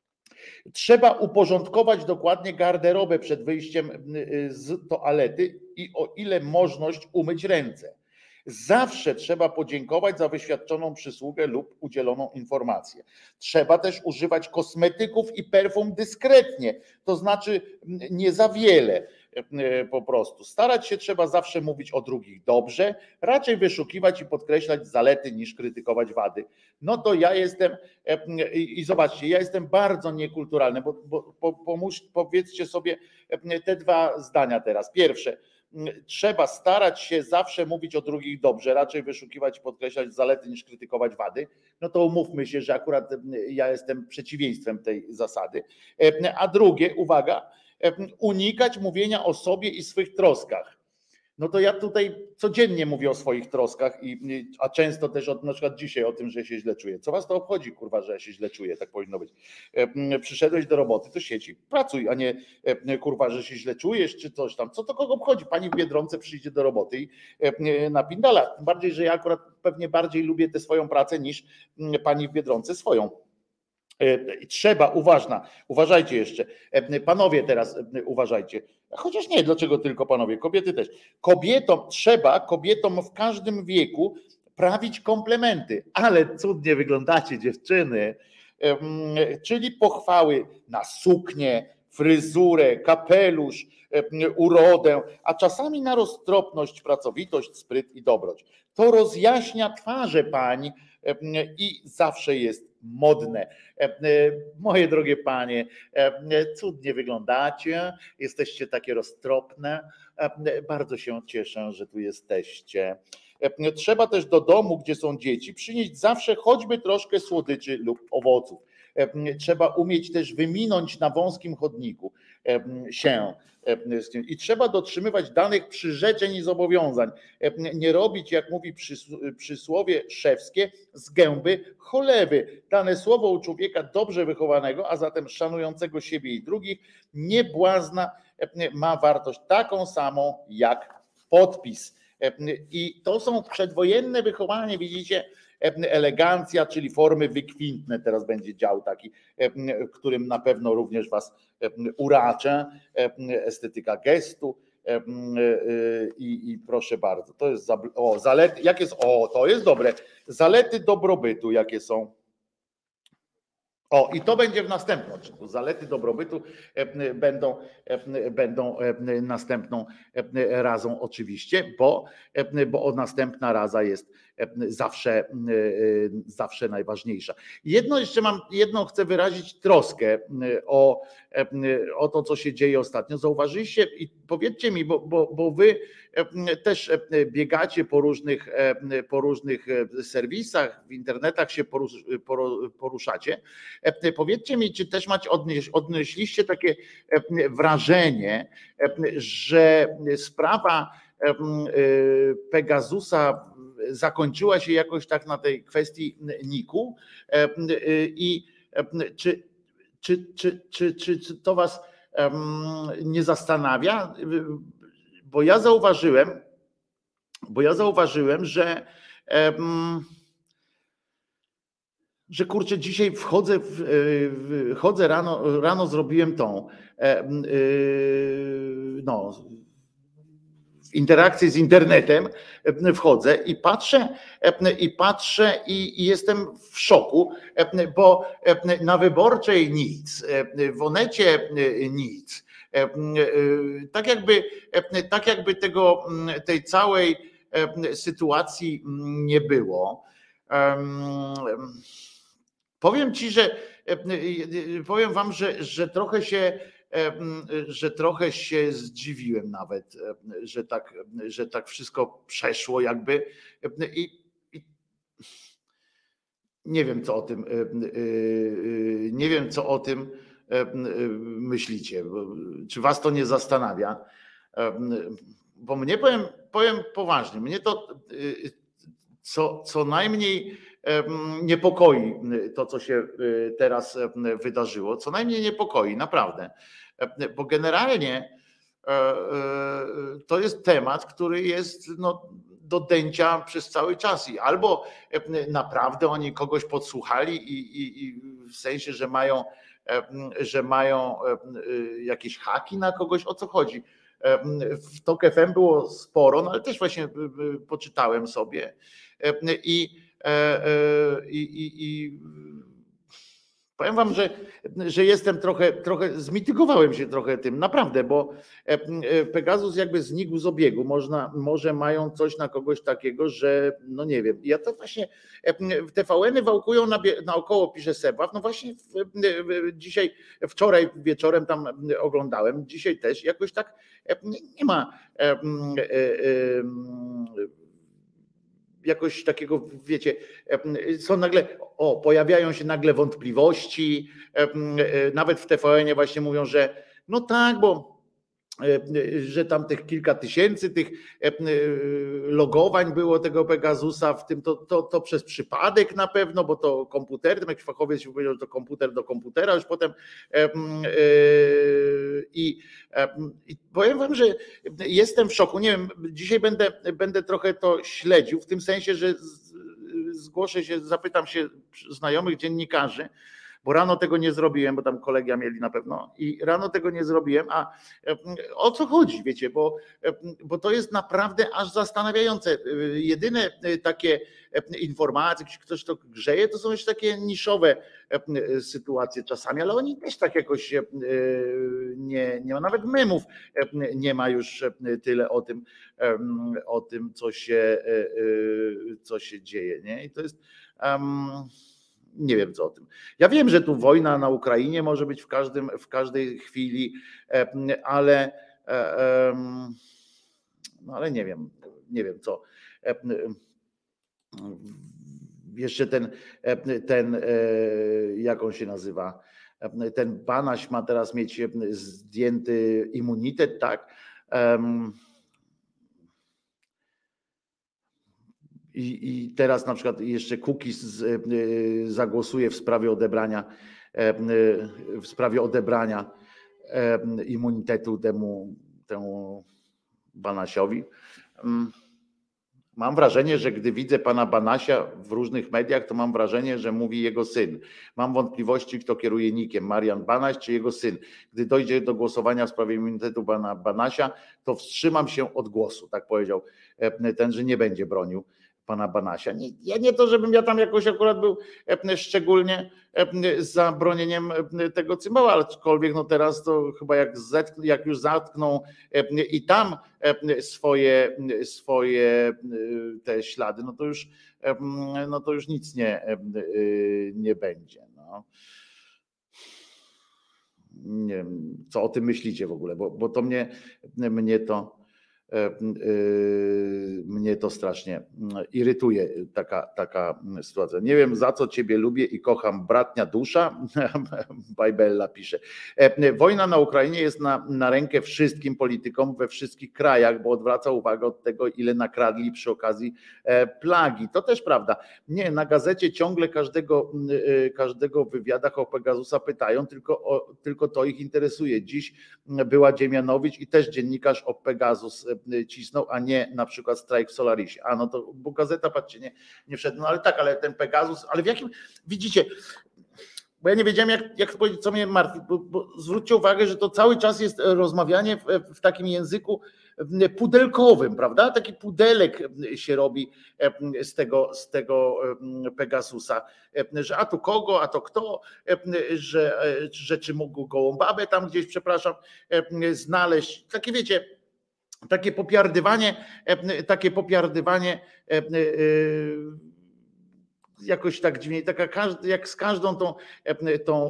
Trzeba uporządkować dokładnie garderobę przed wyjściem z toalety i o ile możność umyć ręce. Zawsze trzeba podziękować za wyświadczoną przysługę lub udzieloną informację. Trzeba też używać kosmetyków i perfum dyskretnie, to znaczy nie za wiele po prostu. Starać się trzeba zawsze mówić o drugich dobrze, raczej wyszukiwać i podkreślać zalety niż krytykować wady. No to ja jestem, i zobaczcie, ja jestem bardzo niekulturalny, powiedzcie sobie te dwa zdania teraz. Pierwsze, trzeba starać się zawsze mówić o drugich dobrze, raczej wyszukiwać i podkreślać zalety niż krytykować wady. No to umówmy się, że akurat ja jestem przeciwieństwem tej zasady. A drugie, uwaga, unikać mówienia o sobie i swych troskach. No to ja tutaj codziennie mówię o swoich troskach, a często też na przykład dzisiaj o tym, że się źle czuję. Co was to obchodzi, kurwa, że ja się źle czuję, tak powinno być. Przyszedłeś do roboty, to siedzi, pracuj, a nie kurwa, że się źle czujesz, czy coś tam. Co to kogo obchodzi? Pani w Biedronce przyjdzie do roboty i napindala. Tym bardziej, że ja akurat pewnie bardziej lubię tę swoją pracę niż pani w Biedronce swoją. Trzeba, uważajcie jeszcze, panowie teraz uważajcie, chociaż nie, dlaczego tylko panowie, kobiety też. Kobietom w każdym wieku prawić komplementy, ale cudnie wyglądacie dziewczyny, czyli pochwały na suknię, fryzurę, kapelusz, urodę, a czasami na roztropność, pracowitość, spryt i dobroć. To rozjaśnia twarze pań i zawsze jest modne. Moje drogie panie, cudnie wyglądacie, jesteście takie roztropne, bardzo się cieszę, że tu jesteście. Trzeba też do domu, gdzie są dzieci, przynieść zawsze choćby troszkę słodyczy lub owoców. Trzeba umieć też wyminąć na wąskim chodniku się i trzeba dotrzymywać danych przyrzeczeń i zobowiązań. Nie robić, jak mówi przysłowie szewskie, z gęby cholewy. Dane słowo u człowieka dobrze wychowanego, a zatem szanującego siebie i drugich, nie błazna, ma wartość taką samą jak podpis. I to są przedwojenne wychowanie, widzicie, elegancja, czyli formy wykwintne. Teraz będzie dział taki, którym na pewno również was uraczę, estetyka gestu i proszę bardzo, to jest zalety, jakie są, to jest dobre, zalety dobrobytu, jakie są. I to będzie w następnym odcinku. Zalety dobrobytu będą następną razą oczywiście, bo następna raza jest zawsze najważniejsza. Jedno chcę wyrazić troskę o to, co się dzieje ostatnio. Zauważyliście i powiedzcie mi, bo wy też biegacie po różnych serwisach, w internetach się poruszacie. Powiedzcie mi, czy też odnieśliście takie wrażenie, że sprawa Pegasusa zakończyła się jakoś tak na tej kwestii NIK-u i czy to was nie zastanawia? bo ja zauważyłem, że kurczę, dzisiaj chodzę rano zrobiłem w interakcji z internetem wchodzę i patrzę i jestem w szoku, bo na Wyborczej nic, w Onecie nic. Tak jakby tej całej sytuacji nie było. Powiem wam, że trochę się zdziwiłem nawet, że tak wszystko przeszło jakby i nie wiem co o tym myślicie, czy was to nie zastanawia, bo mnie powiem poważnie, mnie to co najmniej niepokoi to, co się teraz wydarzyło, co najmniej niepokoi, naprawdę, bo generalnie to jest temat, który jest do dęcia przez cały czas i albo naprawdę oni kogoś podsłuchali i w sensie, że mają jakieś haki na kogoś, o co chodzi. W TOK FM było sporo, ale też właśnie poczytałem sobie i powiem wam, że jestem trochę zmitygowałem się trochę tym, naprawdę, bo Pegasus jakby znikł z obiegu. Może mają coś na kogoś takiego, że no nie wiem. Ja to właśnie TVN-y wałkują naokoło, pisze Sebław. No właśnie wczoraj wieczorem tam oglądałem, dzisiaj też jakoś tak nie ma jakoś takiego, wiecie, są pojawiają się nagle wątpliwości, nawet w TVN-ie właśnie mówią, że no tak, że tam tych kilka tysięcy tych logowań było tego Pegasusa, w tym to przez przypadek na pewno, bo to komputer, tam jakiś fachowiec się powiedział, że to komputer do komputera, już potem i powiem wam, że jestem w szoku, nie wiem, dzisiaj będę trochę to śledził, w tym sensie, że zgłoszę się, zapytam się znajomych dziennikarzy, bo rano tego nie zrobiłem, bo tam kolegia mieli na pewno i rano tego nie zrobiłem, a o co chodzi, wiecie, bo to jest naprawdę aż zastanawiające. Jedyne takie informacje, ktoś to grzeje, to są jeszcze takie niszowe sytuacje czasami, ale oni też tak jakoś nie ma, nawet memów nie ma już tyle o tym co się dzieje, nie? I to jest nie wiem co o tym. Ja wiem, że tu wojna na Ukrainie może być w każdej chwili, ale nie wiem co. Jeszcze ten jak on się nazywa, ten Banaś ma teraz mieć zdjęty immunitet, tak? I teraz na przykład jeszcze Kukiz zagłosuje w sprawie odebrania immunitetu temu Banasiowi. Mam wrażenie, że gdy widzę pana Banasia w różnych mediach, to mam wrażenie, że mówi jego syn. Mam wątpliwości, kto kieruje nikiem, Marian Banaś czy jego syn. Gdy dojdzie do głosowania w sprawie immunitetu pana Banasia, to wstrzymam się od głosu, tak powiedział ten, że nie będzie bronił pana Banasia. Ja nie to, żebym ja tam jakoś akurat był szczególnie za bronieniem tego cymbała, aczkolwiek no teraz to chyba jak już zatkną i tam swoje te ślady, no to już nic nie będzie. No. Nie wiem, co o tym myślicie w ogóle, bo to mnie to strasznie irytuje, taka sytuacja. Nie wiem, za co ciebie lubię i kocham, bratnia dusza, Bajbella pisze. Wojna na Ukrainie jest na rękę wszystkim politykom we wszystkich krajach, bo odwraca uwagę od tego, ile nakradli przy okazji plagi. To też prawda. Nie, na gazecie ciągle każdego w wywiadach o Pegasusa pytają, tylko to ich interesuje. Dziś była Dziemianowicz i też dziennikarz o Pegasus cisnął, a nie na przykład strajk w Solarisie. A no to, bo gazeta, patrzcie, nie wszedł, no ale tak, ale ten Pegasus, ale w jakim, widzicie, bo ja nie wiedziałem jak to powiedzieć, co mnie martwi, bo zwróćcie uwagę, że to cały czas jest rozmawianie w takim języku pudelkowym, prawda? Taki pudelek się robi z tego Pegasusa, że a tu kogo, a to kto, że czy mógł gołą babę tam gdzieś, przepraszam, znaleźć. Takie wiecie, takie popiardywanie jakoś tak dziwnie, jak z każdą tą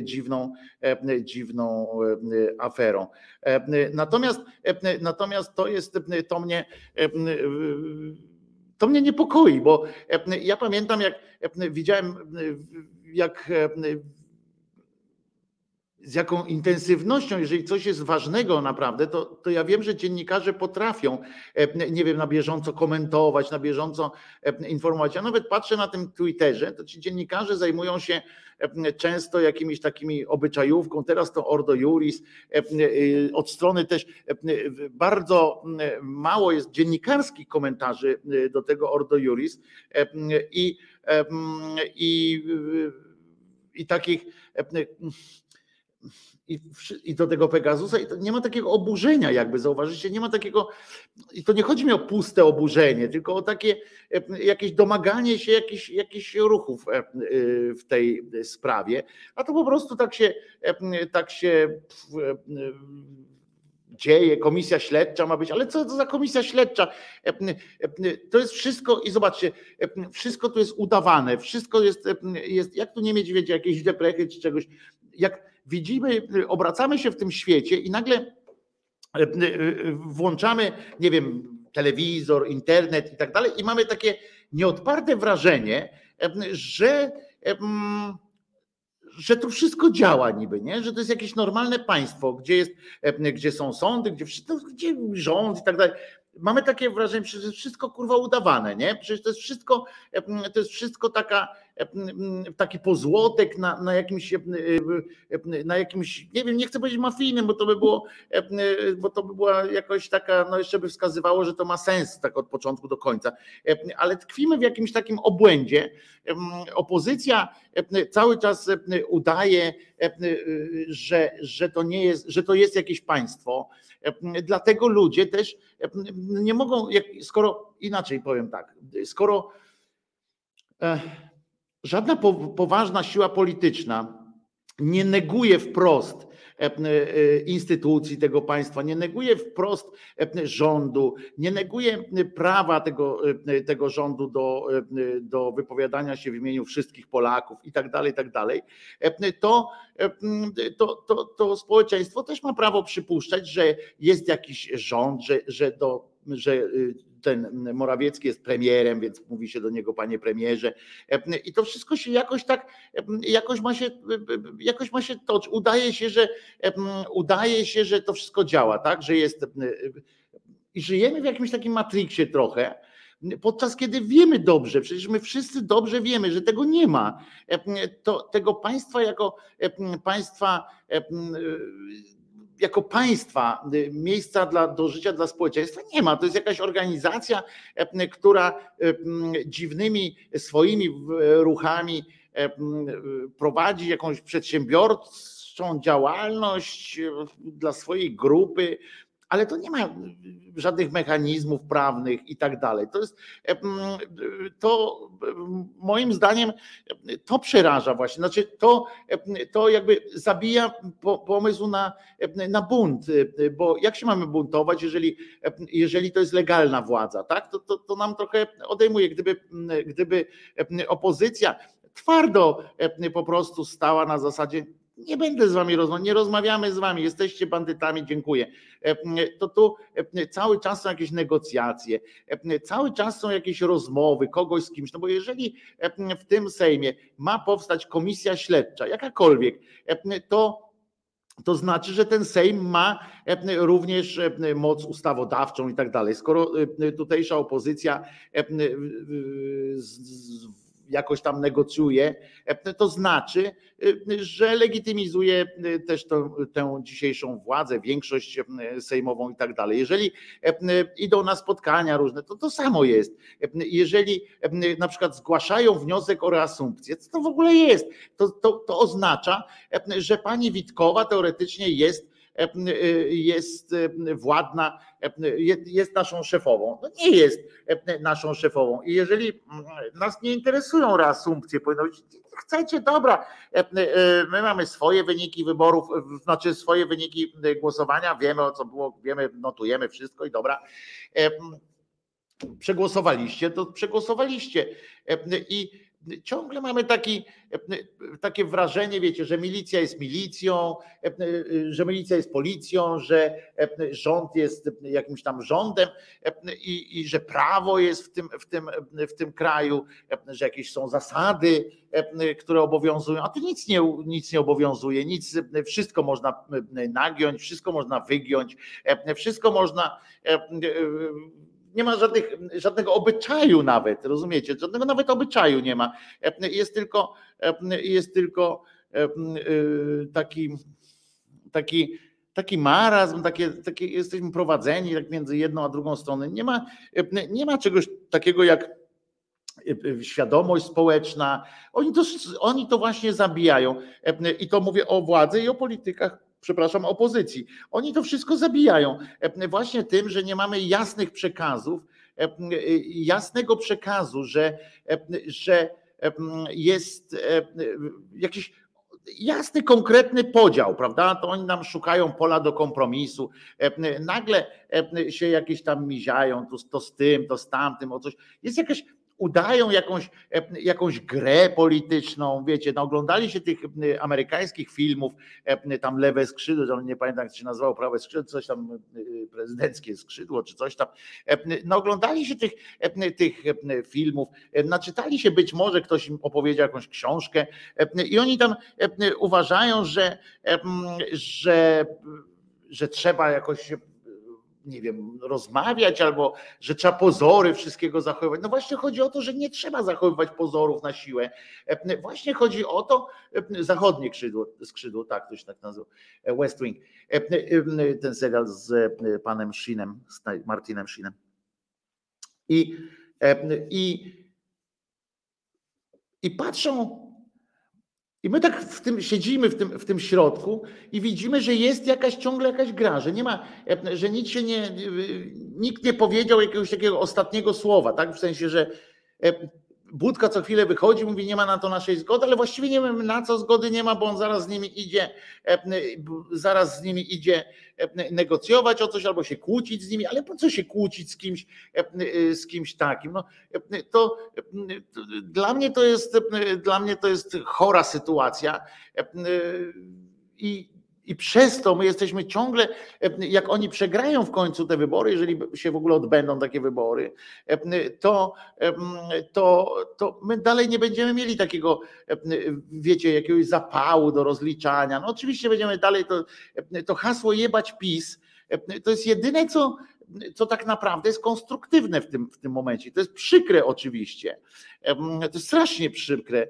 dziwną aferą. Natomiast to mnie niepokoi, bo ja pamiętam, jak widziałem, z jaką intensywnością, jeżeli coś jest ważnego naprawdę, to ja wiem, że dziennikarze potrafią, nie wiem, na bieżąco komentować, na bieżąco informować. Ja nawet patrzę na tym Twitterze, to ci dziennikarze zajmują się często jakimiś takimi obyczajówką, teraz to Ordo Iuris, od strony też bardzo mało jest dziennikarskich komentarzy do tego Ordo Iuris i takich i do tego Pegasusa i to nie ma takiego oburzenia, jakby zauważycie, nie ma takiego, i to nie chodzi mi o puste oburzenie, tylko o takie jakieś domaganie się jakichś ruchów w tej sprawie, a to po prostu tak się dzieje, komisja śledcza ma być, ale co to za komisja śledcza? To jest wszystko i zobaczcie, wszystko tu jest udawane, wszystko jest jak tu nie mieć, wiecie, jakiejś deprechy czy czegoś, jak widzimy, obracamy się w tym świecie i nagle włączamy, nie wiem, telewizor, internet i tak dalej i mamy takie nieodparte wrażenie, że to wszystko działa niby, nie? Że to jest jakieś normalne państwo, gdzie są sądy, gdzie rząd i tak dalej. Mamy takie wrażenie, że to jest wszystko kurwa udawane, nie? Przecież to jest wszystko taki pozłotek na jakimś, nie wiem, nie chcę powiedzieć mafijnym, bo to by była jakoś taka, no jeszcze by wskazywało, że to ma sens tak od początku do końca, ale tkwimy w jakimś takim obłędzie. Opozycja cały czas udaje, że to nie jest, że to jest jakieś państwo, dlatego ludzie też nie mogą, skoro inaczej powiem tak, skoro żadna poważna siła polityczna nie neguje wprost instytucji tego państwa, nie neguje wprost rządu, nie neguje prawa tego rządu do wypowiadania się w imieniu wszystkich Polaków i tak dalej, to społeczeństwo też ma prawo przypuszczać, że jest jakiś rząd, że ten Morawiecki jest premierem, więc mówi się do niego panie premierze i to wszystko się jakoś ma się toczyć. Udaje się, że to wszystko działa, tak, że jest i żyjemy w jakimś takim matriksie trochę, podczas kiedy wiemy dobrze, przecież my wszyscy dobrze wiemy, że tego nie ma. Tego państwa jako państwa, miejsca do życia dla społeczeństwa nie ma. To jest jakaś organizacja, która dziwnymi swoimi ruchami prowadzi jakąś przedsiębiorczą działalność dla swojej grupy, ale to nie ma żadnych mechanizmów prawnych i tak dalej. To moim zdaniem to przeraża właśnie, znaczy to jakby zabija pomysł na bunt, bo jak się mamy buntować, jeżeli to jest legalna władza, tak? To nam trochę odejmuje, gdyby opozycja twardo po prostu stała na zasadzie: nie będę z wami rozmawiał, nie rozmawiamy z wami, jesteście bandytami, dziękuję. To tu cały czas są jakieś negocjacje, cały czas są jakieś rozmowy kogoś z kimś, no bo jeżeli w tym Sejmie ma powstać komisja śledcza, jakakolwiek, to znaczy, że ten Sejm ma również moc ustawodawczą i tak dalej. Skoro tutejsza opozycja jakoś tam negocjuje, to znaczy, że legitymizuje też tę dzisiejszą władzę, większość sejmową i tak dalej. Jeżeli idą na spotkania różne, to samo jest. Jeżeli na przykład zgłaszają wniosek o reasumpcję, co to w ogóle jest? To oznacza, że pani Witkowa teoretycznie jest władna, jest naszą szefową. No nie jest naszą szefową. I jeżeli nas nie interesują reasumpcje, powinno być, chcecie, dobra, my mamy swoje wyniki wyborów, znaczy swoje wyniki głosowania, wiemy o co było, wiemy, notujemy wszystko i dobra. Przegłosowaliście, to przegłosowaliście. I ciągle mamy takie wrażenie, wiecie, że milicja jest milicją, że milicja jest policją, że rząd jest jakimś tam rządem i że prawo jest w tym kraju, że jakieś są zasady, które obowiązują, a to nic nie obowiązuje, wszystko można nagiąć, wszystko można wygiąć, wszystko można. Nie ma żadnego obyczaju nawet, rozumiecie? Żadnego nawet obyczaju nie ma. Jest tylko taki marazm, takie jesteśmy prowadzeni tak między jedną a drugą stroną. Nie ma czegoś takiego jak świadomość społeczna. Oni to właśnie zabijają. I to mówię o władzy i o politykach, przepraszam, opozycji. Oni to wszystko zabijają właśnie tym, że nie mamy jasnych przekazów, jasnego przekazu, że jest jakiś jasny, konkretny podział, prawda? To oni nam szukają pola do kompromisu. Nagle się jakieś tam miziają, to z tym, to z tamtym, o coś. Jest jakaś, udają jakąś grę polityczną, wiecie, no oglądali się tych amerykańskich filmów, tam lewe skrzydło, nie pamiętam jak się nazywało, prawe skrzydło, coś tam prezydenckie skrzydło, czy coś tam, no oglądali się tych filmów, naczytali się, być może ktoś im opowiedział jakąś książkę i oni tam uważają, że trzeba jakoś, nie wiem, rozmawiać, albo że trzeba pozory wszystkiego zachowywać. No właśnie chodzi o to, że nie trzeba zachowywać pozorów na siłę. Właśnie chodzi o to, zachodnie skrzydło, tak to się tak nazywa, West Wing, ten serial z panem Sheenem, z Martinem Sheenem. I patrzą. I my tak siedzimy w tym środku i widzimy, że jest ciągle jakaś gra, że nie ma, że nikt nie powiedział jakiegoś takiego ostatniego słowa, tak? W sensie, że Budka co chwilę wychodzi, mówi, nie ma na to naszej zgody, ale właściwie nie wiem, na co zgody nie ma, bo on zaraz z nimi idzie negocjować o coś albo się kłócić z nimi, ale po co się kłócić z kimś takim? No, to dla mnie to jest chora sytuacja i przez to my jesteśmy ciągle, jak oni przegrają w końcu te wybory, jeżeli się w ogóle odbędą takie wybory, to my dalej nie będziemy mieli takiego, wiecie, jakiegoś zapału do rozliczania. No oczywiście będziemy dalej, to hasło jebać PiS, to jest jedyne, co tak naprawdę jest konstruktywne w tym momencie. To jest przykre oczywiście. To jest strasznie przykre,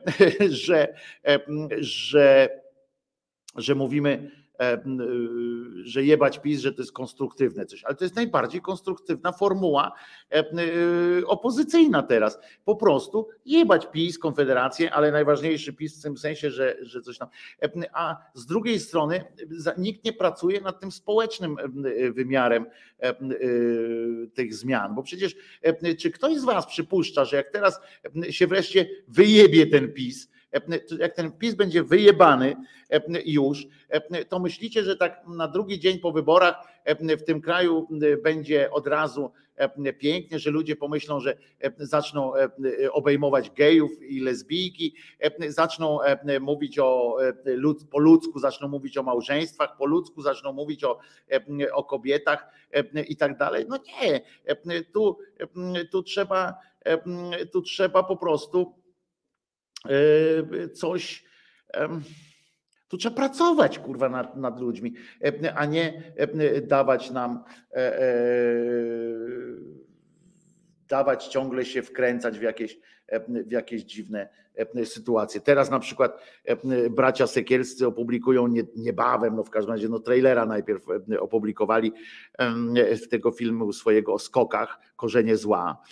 że mówimy, że jebać PiS, że to jest konstruktywne coś, ale to jest najbardziej konstruktywna formuła opozycyjna teraz. Po prostu jebać PiS, Konfederację, ale najważniejszy PiS w tym sensie, że coś tam. A z drugiej strony nikt nie pracuje nad tym społecznym wymiarem tych zmian, bo przecież czy ktoś z was przypuszcza, że jak teraz się wreszcie wyjebie ten PiS, jak ten PiS będzie wyjebany już, to myślicie, że tak na drugi dzień po wyborach w tym kraju będzie od razu pięknie, że ludzie pomyślą, że zaczną obejmować gejów i lesbijki, zaczną mówić po ludzku, zaczną mówić o małżeństwach, po ludzku zaczną mówić o kobietach i tak dalej. No nie, tu trzeba po prostu coś, tu trzeba pracować, kurwa, nad ludźmi, a nie dawać, ciągle się wkręcać w jakieś dziwne sytuacje. Teraz na przykład bracia Sekielscy opublikują niebawem, no w każdym razie trailera najpierw opublikowali tego filmu swojego o skokach, Korzenie zła.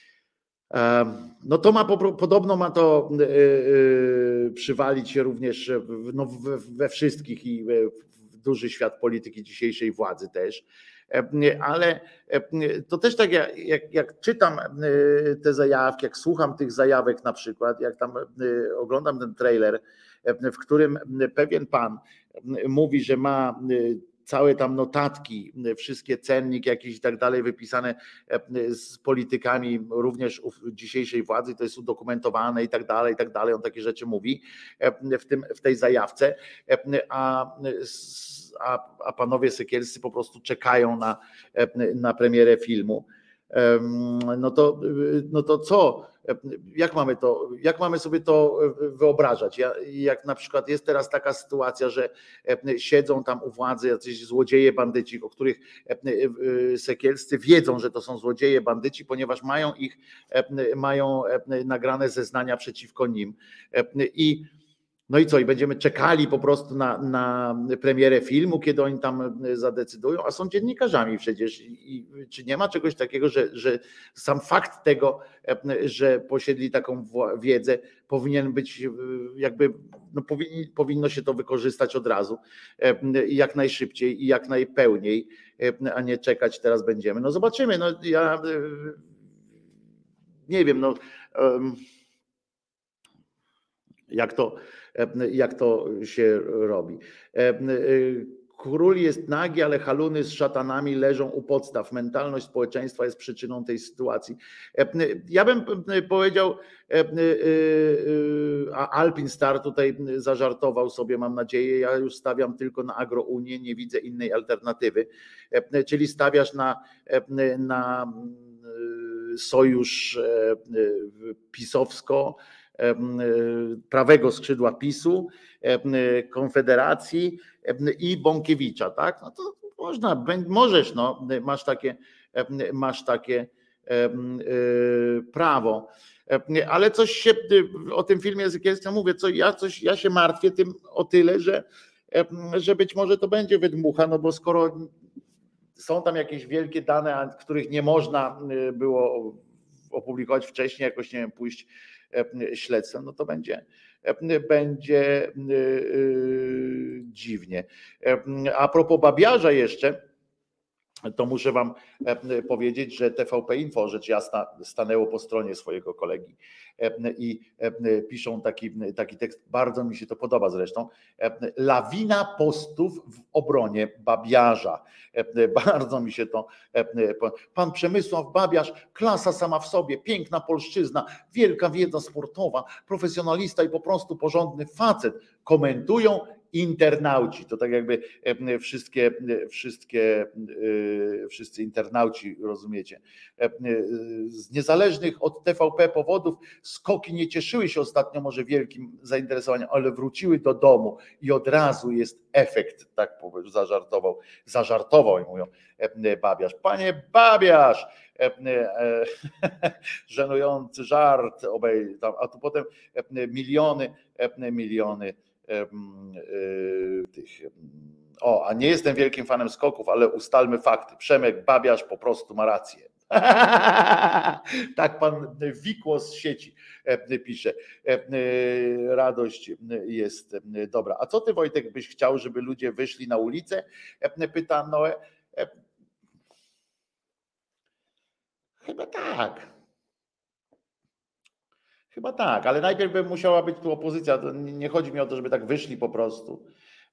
No to podobno ma to przywalić się również we wszystkich i w duży świat polityki dzisiejszej władzy też. Ale to też tak jak czytam te zajawki, jak słucham tych zajawek na przykład, jak tam oglądam ten trailer, w którym pewien pan mówi, że ma całe tam notatki, wszystkie cennik jakiś i tak dalej wypisane z politykami również dzisiejszej władzy, to jest udokumentowane i tak dalej, on takie rzeczy mówi w tej zajawce, a panowie Sekielscy po prostu czekają na premierę filmu. No to co? Jak mamy sobie to wyobrażać? Jak na przykład jest teraz taka sytuacja, że siedzą tam u władzy jacyś złodzieje, bandyci, o których Sekielscy wiedzą, że to są złodzieje, bandyci, ponieważ mają nagrane zeznania przeciwko nim. No i co? I będziemy czekali po prostu na premierę filmu, kiedy oni tam zadecydują, a są dziennikarzami przecież. I czy nie ma czegoś takiego, że sam fakt tego, że posiedli taką wiedzę, powinien być jakby, powinno się to wykorzystać od razu, jak najszybciej i jak najpełniej, a nie czekać teraz będziemy. No zobaczymy, ja nie wiem, jak to się robi. Król jest nagi, ale haluny z szatanami leżą u podstaw. Mentalność społeczeństwa jest przyczyną tej sytuacji. Ja bym powiedział, a Alpin Star tutaj zażartował sobie, mam nadzieję, ja już stawiam tylko na Agrounię, nie widzę innej alternatywy. Czyli stawiasz na sojusz pisowsko, prawego skrzydła PiS-u, Konfederacji i Bąkiewicza, tak? No to możesz, masz takie prawo. Ale coś się o tym filmie Sekielskim mówię, ja się martwię tym o tyle, że być może to będzie wydmucha, no bo skoro są tam jakieś wielkie dane, których nie można było opublikować wcześniej, jakoś nie wiem, pójść śledztwem, no to będzie dziwnie. A propos Babiarza jeszcze, to muszę wam powiedzieć, że TVP Info, rzecz jasna, stanęło po stronie swojego kolegi i piszą taki tekst, bardzo mi się to podoba zresztą, lawina postów w obronie Babiarza. Bardzo mi się to, pan Przemysław Babiarz, klasa sama w sobie, piękna polszczyzna, wielka wiedza sportowa, profesjonalista i po prostu porządny facet, komentują internauci. To tak jakby wszyscy internauci, rozumiecie, z niezależnych od TVP powodów skoki nie cieszyły się ostatnio może wielkim zainteresowaniem, ale wróciły do domu i od razu jest efekt, tak zażartował i mówią Babiarz. Panie Babiarz, żenujący żart, a tu potem miliony tych. A nie jestem wielkim fanem skoków, ale ustalmy fakty. Przemek Babiarz po prostu ma rację. Tak pan Wikło z sieci pisze. Radość jest dobra. A co ty, Wojtek, byś chciał, żeby ludzie wyszli na ulicę? Pyta Noe. Chyba tak, ale najpierw by musiała być tu opozycja. Nie chodzi mi o to, żeby tak wyszli po prostu.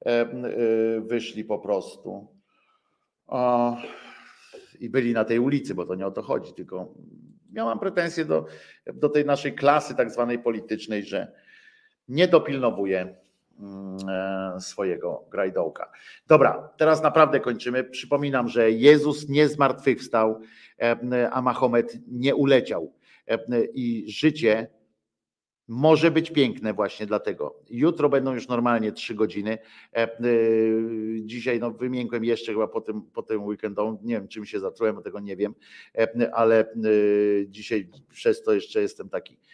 I byli na tej ulicy, bo to nie o to chodzi, tylko ja mam pretensje do tej naszej klasy tak zwanej politycznej, że nie dopilnowuje swojego grajdołka. Dobra, teraz naprawdę kończymy. Przypominam, że Jezus nie zmartwychwstał, a Mahomet nie uleciał i życie może być piękne właśnie dlatego. Jutro będą już normalnie 3 godziny. Dzisiaj wymiękłem jeszcze chyba po tym weekendu. Nie wiem, czym się zatrułem, bo tego nie wiem, ale dzisiaj przez to jestem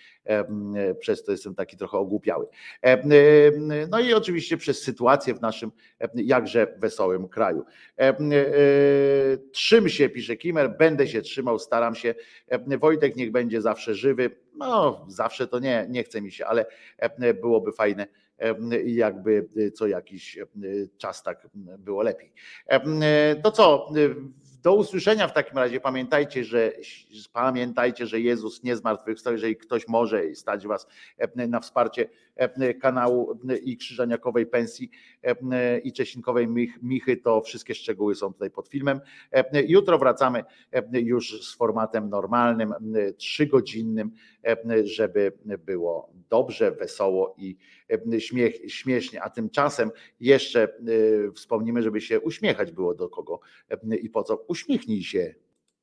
taki trochę ogłupiały. No i oczywiście przez sytuację w naszym jakże wesołym kraju. Trzym się, pisze Kimer, będę się trzymał, staram się. Wojtek niech będzie zawsze żywy. No zawsze to nie chce mi się, ale byłoby fajne, jakby co jakiś czas tak było lepiej. To co? Do usłyszenia w takim razie. Pamiętajcie, że Jezus nie zmartwychwstał. Jeżeli ktoś może stać was na wsparcie kanału i Krzyżaniakowej Pensji i Czesinkowej Michy, to wszystkie szczegóły są tutaj pod filmem. Jutro wracamy już z formatem normalnym, 3-godzinnym, żeby było dobrze, wesoło i śmiesznie, a tymczasem jeszcze wspomnimy, żeby się uśmiechać było do kogo i po co. Uśmiechnij się.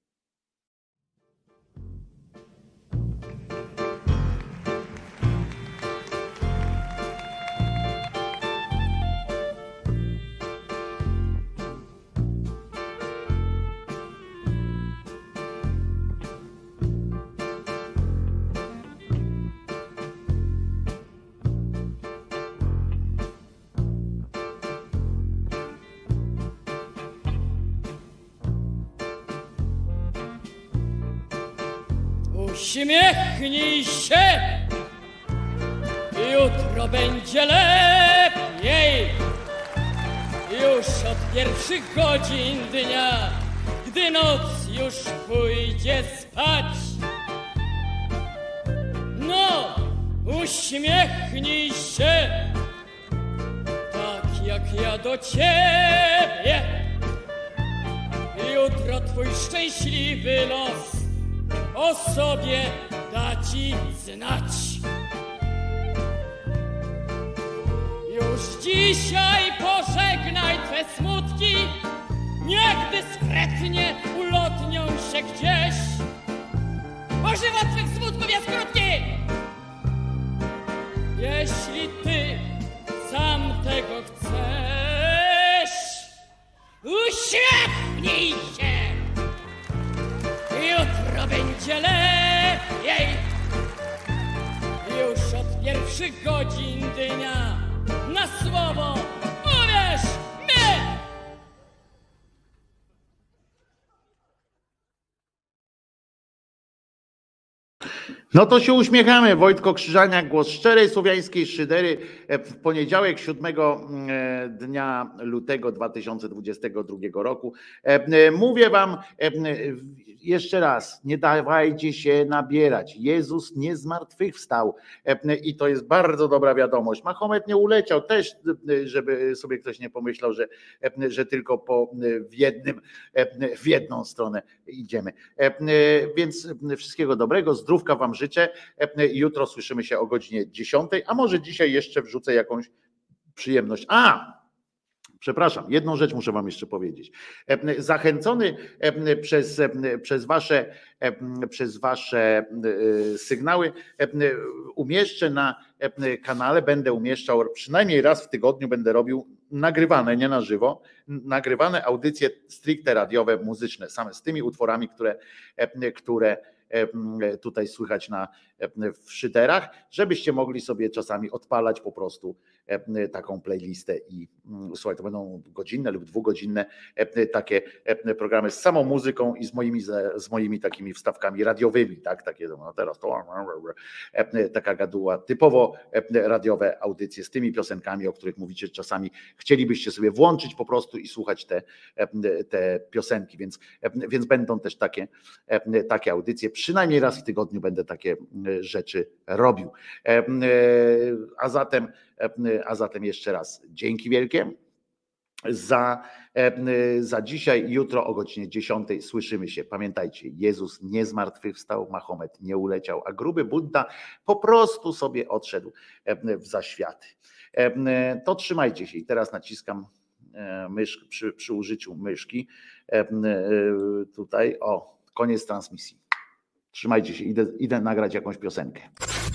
Uśmiechnij się, jutro będzie lepiej. Już od pierwszych godzin dnia, gdy noc już pójdzie spać. No, uśmiechnij się, tak jak ja do ciebie. Jutro twój szczęśliwy los o sobie da ci znać. Już dzisiaj pożegnaj twe smutki, niech dyskretnie ulotnią się gdzieś, bo żywot twych smutków jest krótki. Jeśli ty sam tego chcesz, uśmiechnij się. Jutro będzie lepiej. Już od pierwszych godzin dnia, na słowo uwierz mi. No to się uśmiechamy. Wojtko Krzyżaniak, głos szczerej słowiańskiej szydery, w poniedziałek 7 dnia lutego 2022 roku. Mówię wam jeszcze raz, nie dawajcie się nabierać. Jezus nie zmartwychwstał i to jest bardzo dobra wiadomość. Mahomet nie uleciał też, żeby sobie ktoś nie pomyślał, że tylko w jedną stronę idziemy. Więc wszystkiego dobrego, zdrówka wam życzę. Jutro słyszymy się o godzinie 10, a może dzisiaj jeszcze wrzucę jakąś przyjemność. Przepraszam, jedną rzecz muszę wam jeszcze powiedzieć. Zachęcony przez wasze sygnały umieszczę na kanale, będę umieszczał przynajmniej raz w tygodniu, będę robił nagrywane, nie na żywo, nagrywane audycje stricte radiowe, muzyczne, same z tymi utworami, które tutaj słychać w szyderach, żebyście mogli sobie czasami odpalać po prostu taką playlistę i słuchaj, to będą godzinne lub 2-godzinne takie programy z samą muzyką i z moimi takimi wstawkami radiowymi, tak, takie no teraz to taka gaduła, typowo radiowe audycje z tymi piosenkami, o których mówicie czasami, chcielibyście sobie włączyć po prostu i słuchać te piosenki, więc będą też takie audycje, przynajmniej raz w tygodniu będę takie rzeczy robił. A zatem jeszcze raz dzięki wielkie za dzisiaj. Jutro o godzinie 10 słyszymy się. Pamiętajcie, Jezus nie zmartwychwstał, Mahomet nie uleciał, a gruby Budda po prostu sobie odszedł w zaświaty. To trzymajcie się i teraz naciskam mysz przy użyciu myszki tutaj. Koniec transmisji. Trzymajcie się, idę nagrać jakąś piosenkę.